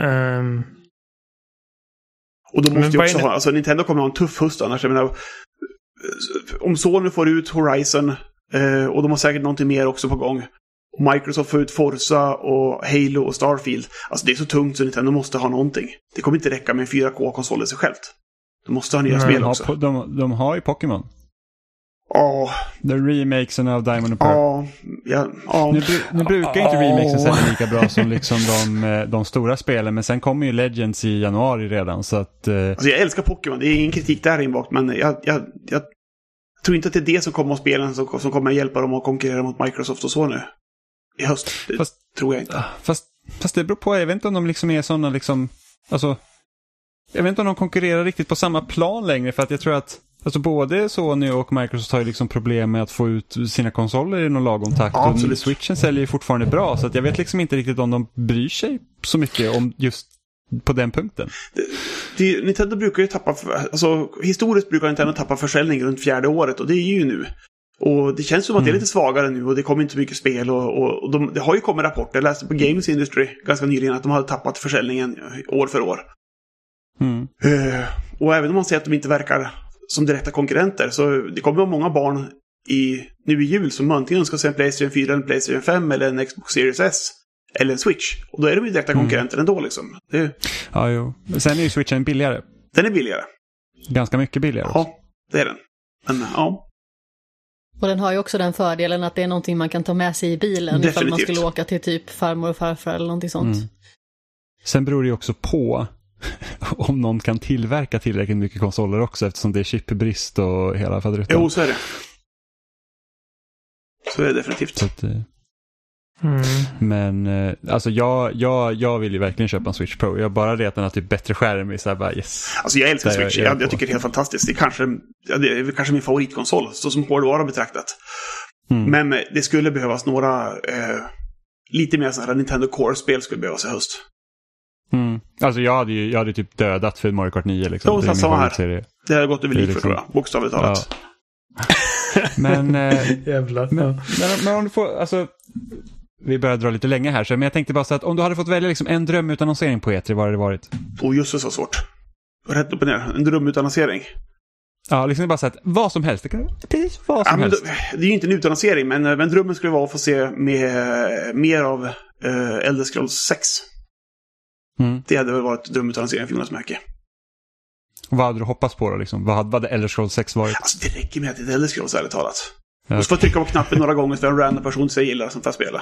Och då måste ju också ha, alltså Nintendo kommer ha en tuff höst annars. Jag menar, om Sony får ut Horizon och de har säkert någonting mer också på gång. Och Microsoft får ut Forza och Halo och Starfield. Alltså det är så tungt så Nintendo måste ha någonting. Det kommer inte räcka med en 4K-konsol i sig självt. De måste ha nya spel också. De har ju Pokémon. Ja. The remakesen av Diamond and Pearl. Ja. Nu brukar inte remakesen sälja lika bra som liksom de stora spelen. Men sen kommer ju Legends i januari redan. Så att, alltså jag älskar Pokémon. Det är ingen kritik där inbak. Men jag tror inte att det är det som kommer att spelen som kommer att hjälpa dem att konkurrera mot Microsoft och så nu. I höst. Det tror jag inte. Fast det beror på. Jag vet inte om de liksom är sådana liksom... Alltså, jag vet inte om de konkurrerar riktigt på samma plan längre. För att jag tror att alltså både Sony och Microsoft har ju liksom problem med att få ut sina konsoler i någon lagom takt. Ja, och Switchen säljer ju fortfarande bra. Så att jag vet liksom inte riktigt om de bryr sig så mycket om just på den punkten. Nintendo brukar ju tappa... Alltså historiskt brukar Nintendo tappa försäljning runt 4:e året. Och det är ju nu. Och det känns som att det är lite svagare nu. Och det kommer inte så mycket spel. Och det har ju kommit rapporter. Jag läste på Games Industry ganska nyligen att de hade tappat försäljningen år för år. Och även om man ser att de inte verkar som direkta konkurrenter, så det kommer vara många barn nu i jul som antingen ska se en PlayStation 4, en PlayStation 5 eller en Xbox Series S eller en Switch. Och då är de ju direkta konkurrenter ändå liksom. Ja, jo. Sen är ju Switchen billigare. Den är billigare. Ganska mycket billigare. Ja, det är den. Men ja. Och den har ju också den fördelen att det är någonting man kan ta med sig i bilen. Definitivt. Ifall man skulle åka till typ farmor och farfar eller någonting sånt. Sen beror det ju också på om någon kan tillverka tillräckligt mycket konsoler också, eftersom det är chipbrist och hela faderuttan. Jo, så är det. Så är det definitivt. Så att, men alltså jag vill ju verkligen köpa en Switch Pro. Jag bara det att den har typ bättre skärm i så här bara yes. Alltså jag älskar Switch. Jag tycker det är helt fantastiskt. Det är kanske min favoritkonsol så som hårdvara betraktat. Men det skulle behövas några lite mer så här Nintendo Core-spel skulle behövas i höst. Alltså jag hade typ dödat för Mario Kart 9 liksom. Det är samma här. Det har gått över liv för tror jag, bokstavligt talat. Ja. Men jävlar. Men om du får, alltså vi börjar dra lite länge här så, men jag tänkte bara så att om du hade fått välja liksom en drömutannonsering på E3, vad hade det varit? Just det, så svårt. Rätt upp och ner, en drömutannonsering. Ja, liksom bara så att vad som helst. Det kan precis vad som helst. Det är ju inte en utannonsering, men drömmen skulle vara att få se mer av Elder Scrolls 6. Det hade väl varit drömutannonsering för Jonas Märke. Vad hade du hoppats på då liksom? Vad hade Elder Scrolls 6 varit? Alltså det räcker med att det är Elder Scrolls, ärligt talat. Ja. Och så får jag trycka på knappen några gånger för en random person som jag gillar som får spela.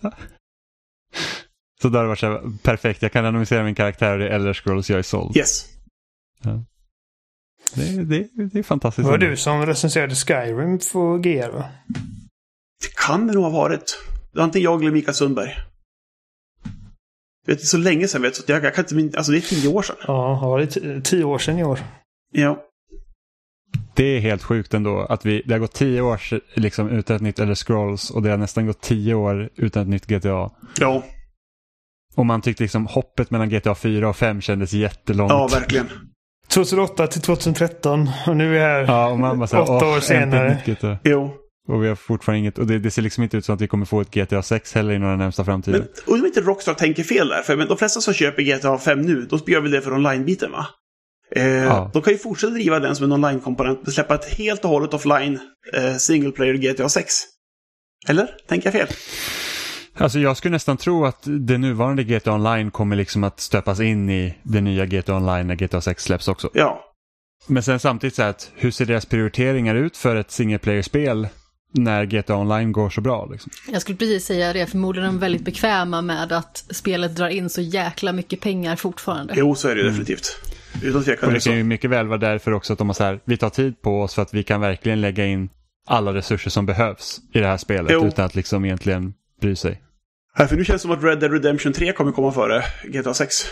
Så där var det perfekt. Jag kan anonymisera min karaktär och det är Elder Scrolls, jag är såld. Yes. Ja. Det är fantastiskt. Det var du som recenserade Skyrim för GR, va? Det kan det nog ha varit. Det var inte jag eller Mikael Sundberg. Det är så länge sedan, vet, så jag kan inte minnas. Alltså det är 10 år sedan. Ja, det är 10 år sedan i år. Ja. Det är helt sjukt ändå att det har gått 10 år liksom, utan ett nytt Elder Scrolls och det har nästan gått 10 år utan ett nytt GTA. Ja. Och man tyckte liksom hoppet mellan GTA 4 och 5 kändes jättelångt. Ja, verkligen. 2008 till 2013 och nu är vi här ja, och man bara så här, 8 år senare. Jo. Och vi har fortfarande inget, och det ser liksom inte ut som att vi kommer få ett GTA 6 heller i några närmsta framtiden. Men undrar inte Rockstar tänker fel där, för de flesta som köper GTA 5 nu, då gör vi det för online-biten, va? De kan ju fortsätta driva den som en online-komponent och släppa ett helt och hållet offline single player GTA 6. Eller? Tänker jag fel? Alltså jag skulle nästan tro att det nuvarande GTA Online kommer liksom att stöpas in i det nya GTA Online när GTA 6 släpps också. Ja. Men sen samtidigt så att hur ser deras prioriteringar ut för ett single player-spel när GTA Online går så bra liksom? Jag skulle precis säga det, förmodligen väldigt bekväma med att spelet drar in så jäkla mycket pengar fortfarande. Jo, så är det definitivt. Utan tvekan. Och det kan ju mycket väl vara därför också att de har så här, vi tar tid på oss för att vi kan verkligen lägga in alla resurser som behövs i det här spelet utan att liksom egentligen bry sig. Här, för nu känns det som att Red Dead Redemption 3 kommer komma före GTA 6.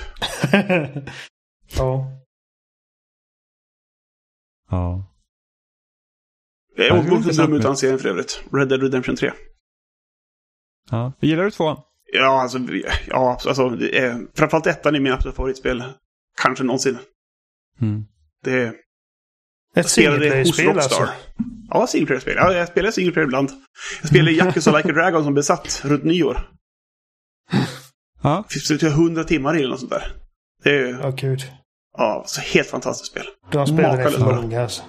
Ja. Ja. Det är också dum utan serien för övrigt. Red Dead Redemption 3. Ja. Gillar du 2? Ja, alltså det är, framförallt ettan är min absolut favoritspel. Kanske någonsin. Mm. Det är... Ett singleplayer-spel alltså? Ja, singleplayer-spel. Ja, jag spelar singleplayer ibland. Jag spelar Yakuza Like a Dragon som besatt runt nyår. Ja. Det är 100 timmar i eller något sånt där. Det är... Ja, gud. Ja, så helt fantastiskt spel. De spelar det för långa alltså.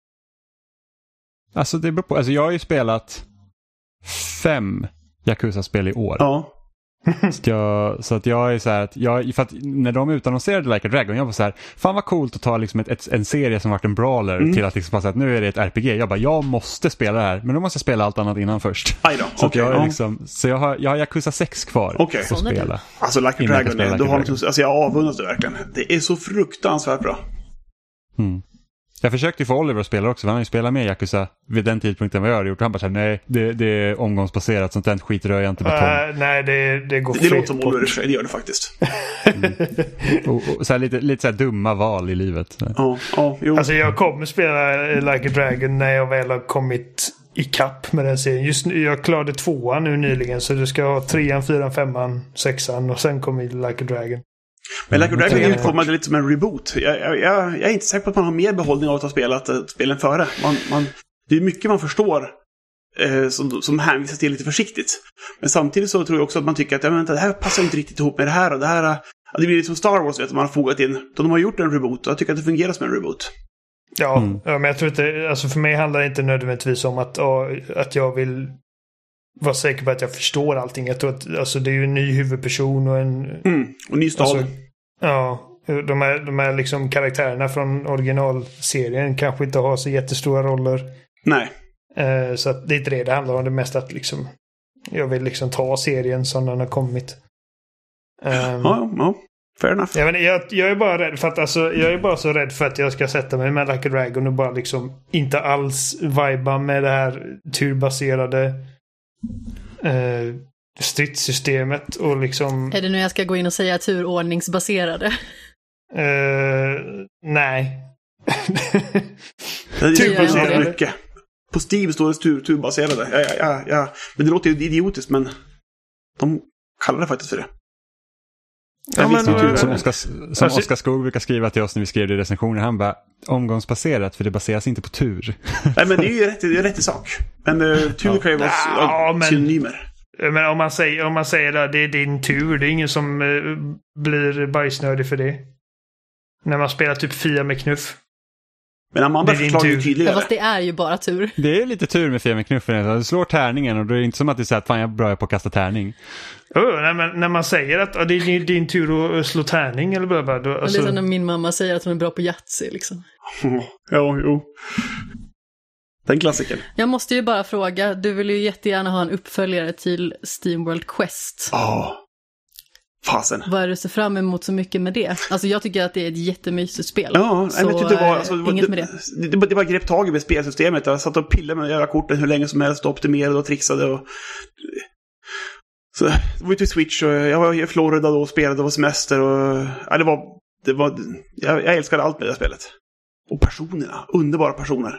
Alltså det beror på. Alltså jag har ju spelat 5 Yakuza-spel i år. Ja. Så att jag är så här att för att när de utannonserade Like a Dragon, jag var så här, fan vad coolt att ta liksom en serie som varit en brawler till att liksom säga att nu är det ett RPG. Jag bara, jag måste spela det här, men då måste jag spela allt annat innan först. Aj då. Så jag är liksom, så jag har Yakuza 6 kvar att spela. Alltså Like a Dragon, du har liksom, alltså jag avundas det verkligen. Det är så fruktansvärt bra. Mm. Jag försökte ju få Oliver att spela också, han har ju spelat med Yakuza vid den tidpunkten vad jag har gjort. Han bara såhär, nej, det är omgångsbaserat, sånt där skit rör jag inte betong. Nej, det går det låter som Oliver, det gör det faktiskt. och så här, lite så här dumma val i livet. Jo. Alltså jag kommer spela Like a Dragon när jag väl har kommit i kapp med den serien. Just nu, jag klarade 2:an nu nyligen, så du ska ha 3:an, 4:an, 5:an, 6:an och sen kommer Like a Dragon. Men Like a Dragon är utformad lite som en reboot. Jag är inte säker på att man har mer behållning av att ha spelat spelen före. Det är mycket man förstår som hänvisas till lite försiktigt. Men samtidigt så tror jag också att man tycker att det här passar inte riktigt ihop med det här. Och det här det blir lite som Star Wars, vet du, man har fogat in. De har gjort en reboot och jag tycker att det fungerar som en reboot. Ja, men jag tror inte, alltså för mig handlar det inte nödvändigtvis om att jag vill vara säker på att jag förstår allting. Jag tror att alltså, det är ju en ny huvudperson och och ny stad. Alltså, ja, de här liksom karaktärerna från originalserien kanske inte har så jättestora roller. Nej. Så att det är inte det handlar om. Det mest att liksom jag vill liksom ta serien som den har kommit. Ja. Fair enough. Jag är bara rädd för att jag är bara så rädd för att jag ska sätta mig med Like a Dragon och bara liksom inte alls viba med det här turbaserade stridssystemet och liksom... Är det nu jag ska gå in och säga turordningsbaserade? Nej. Det är turbaserade mycket. På Steam står det turbaserade. Ja. Men det låter ju idiotiskt, men de kallar det faktiskt för det. Som Oskar Skog brukar skriva till oss när vi skrev det i recensioner. Han bara, omgångsbaserat, för det baseras inte på tur. Nej, men det är ju rätt i sak. Men tur kan ju vara synonymer. Men om man säger att det är din tur, det är ingen som blir bajsnödig för det. När man spelar typ Fia med knuff. Men Amandas förslag är ju tydligare. Ja, fast det är ju bara tur. Det är lite tur med Femiknuffen. Du slår tärningen och då är det inte som att du säger att fan jag är bra på att kasta tärning. När man säger att det är din tur att slå tärning eller bara då, alltså... Det är som när min mamma säger att hon är bra på Yatzy liksom. Ja, jo. Den klassiken. Jag måste ju bara fråga, du vill ju jättegärna ha en uppföljare till SteamWorld Quest. Fasen. Vad är du ser fram emot så mycket med det? Alltså jag tycker att det är ett jättemysigt spel. Ja, så jag tyckte det var, alltså, inget med det. Det var grepp tag med spelsystemet. Jag satt och pillade med att göra korten hur länge som helst och optimerade och trixade. Och... Så det var ju till Switch och jag var i Florida då och spelade och var semester. Och... Ja, jag älskade allt med det spelet. Och personerna, underbara personer.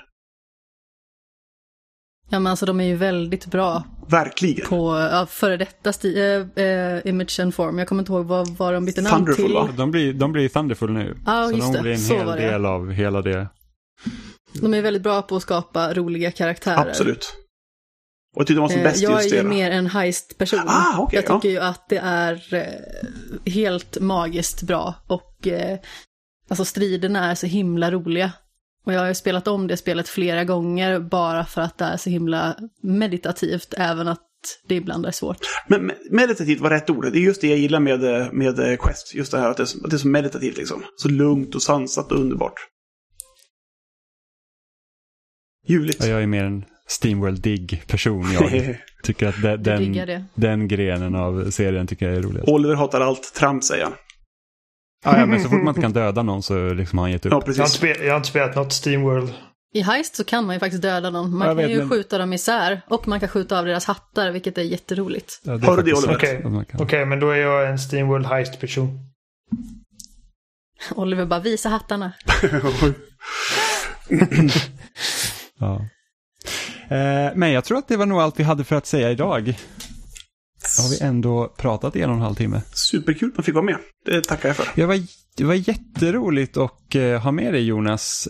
Ja, men alltså de är ju väldigt bra. Verkligen. På före detta Image and Form. Jag kommer inte ihåg vad de bytte namn Thunderful, till. Va? De blir Thunderful nu. Ja, så just de det. blir en Så hel var det. del av hela det. De är väldigt bra på att skapa roliga karaktärer. Absolut. Och jag tyckte de var som bäst jag just det. Jag är ju mer en heist-person. Okay, jag tycker ju att det är helt magiskt bra. Och alltså striderna är så himla roliga. Och jag har ju spelat om det spelet flera gånger bara för att det är så himla meditativt, även att det ibland är svårt. Men meditativt var rätt ord. Det är just det jag gillar med Quest. Just det här att det är så meditativt liksom. Så lugnt och sansat och underbart. Ljuvligt. Ja, jag är mer en SteamWorld-dig-person. Jag tycker att den grenen av serien tycker jag är roligast. Oliver hatar allt tramp, säger han. Ja, men så fort man inte kan döda någon så liksom har han gett upp. Ja, precis. Jag har inte spelat något SteamWorld. I Heist så kan man ju faktiskt döda någon. Man kan ju skjuta dem isär och man kan skjuta av deras hattar, vilket är jätteroligt. Ja, har du det, Oliver? Okej, men då är jag en SteamWorld Heist-person. Oliver bara, visa hattarna. Ja. Men jag tror att det var nog allt vi hade för att säga idag. Har vi ändå pratat i 1,5 timme. Superkul att man fick vara med. Det tackar jag för. Det var jätteroligt att ha med dig, Jonas.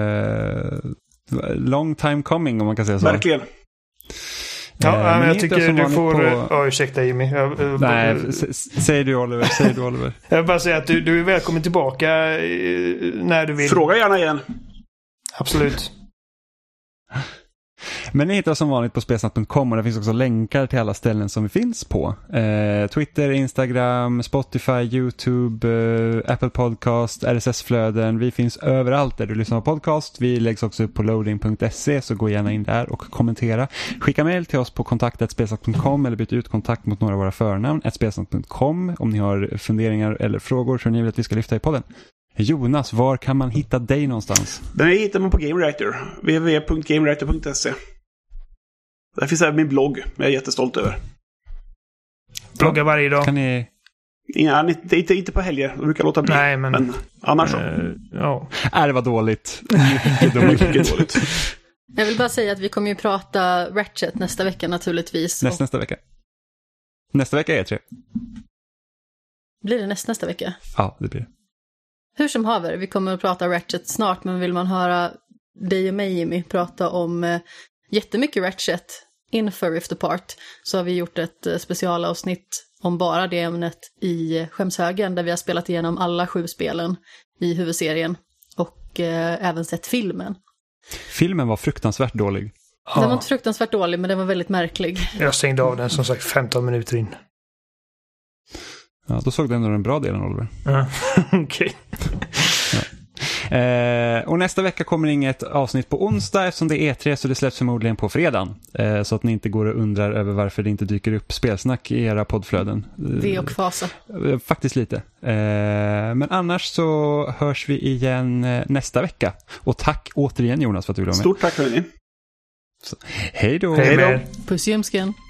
Long time coming, om man kan säga så. Verkligen. Ja, men jag tycker du får... ursäkta, Jimmy. Nej, säg du, Oliver. Jag vill bara säga att du är välkommen tillbaka när du vill. Fråga gärna igen. Absolut. Men ni hittar som vanligt på spelsnack.com och det finns också länkar till alla ställen som vi finns på. Twitter, Instagram, Spotify, YouTube, Apple Podcast, RSS-flöden. Vi finns överallt där du lyssnar på podcast. Vi läggs också upp på loading.se, så gå gärna in där och kommentera. Skicka mejl till oss på kontakt@spelsnack.com eller byt ut kontakt mot några av våra förnamn @spelsnack.com om ni har funderingar eller frågor som ni vill att vi ska lyfta i podden. Jonas, var kan man hitta dig någonstans? Den hittar man på GameWriter. www.gamewriter.se. Där finns även min blogg. Jag är jättestolt över. Bloggar varje dag. Kan ni... Inte på helger. Det brukar låta bli. Nej, men annars så. Ja. Det var dåligt. Mycket dåligt. Jag vill bara säga att vi kommer ju prata Ratchet nästa vecka naturligtvis. Nästa vecka. Nästa vecka är E3. Blir det nästa vecka? Ja, det blir det. Hur som haver, vi kommer att prata Ratchet snart, men vill man höra dig och mig, Jimmy, prata om jättemycket Ratchet inför Rift Apart, så har vi gjort ett specialavsnitt om bara det ämnet i Skämshögen, där vi har spelat igenom alla 7 spelen i huvudserien och även sett filmen. Filmen var fruktansvärt dålig. Den var inte fruktansvärt dålig, men den var väldigt märklig. Jag stängde av den som sagt 15 minuter in. Ja, då såg du ändå den bra delen, Oliver. Okej. Och nästa vecka kommer inget avsnitt på onsdag eftersom det är E3, så det släpps förmodligen på fredagen. Så att ni inte går och undrar över varför det inte dyker upp spelsnack i era poddflöden. Det och fasa. Faktiskt lite. Men annars så hörs vi igen nästa vecka. Och tack återigen, Jonas, för att du ville vara med. Stort tack, hörni. Hej då. Hej då. Puss i ömsken.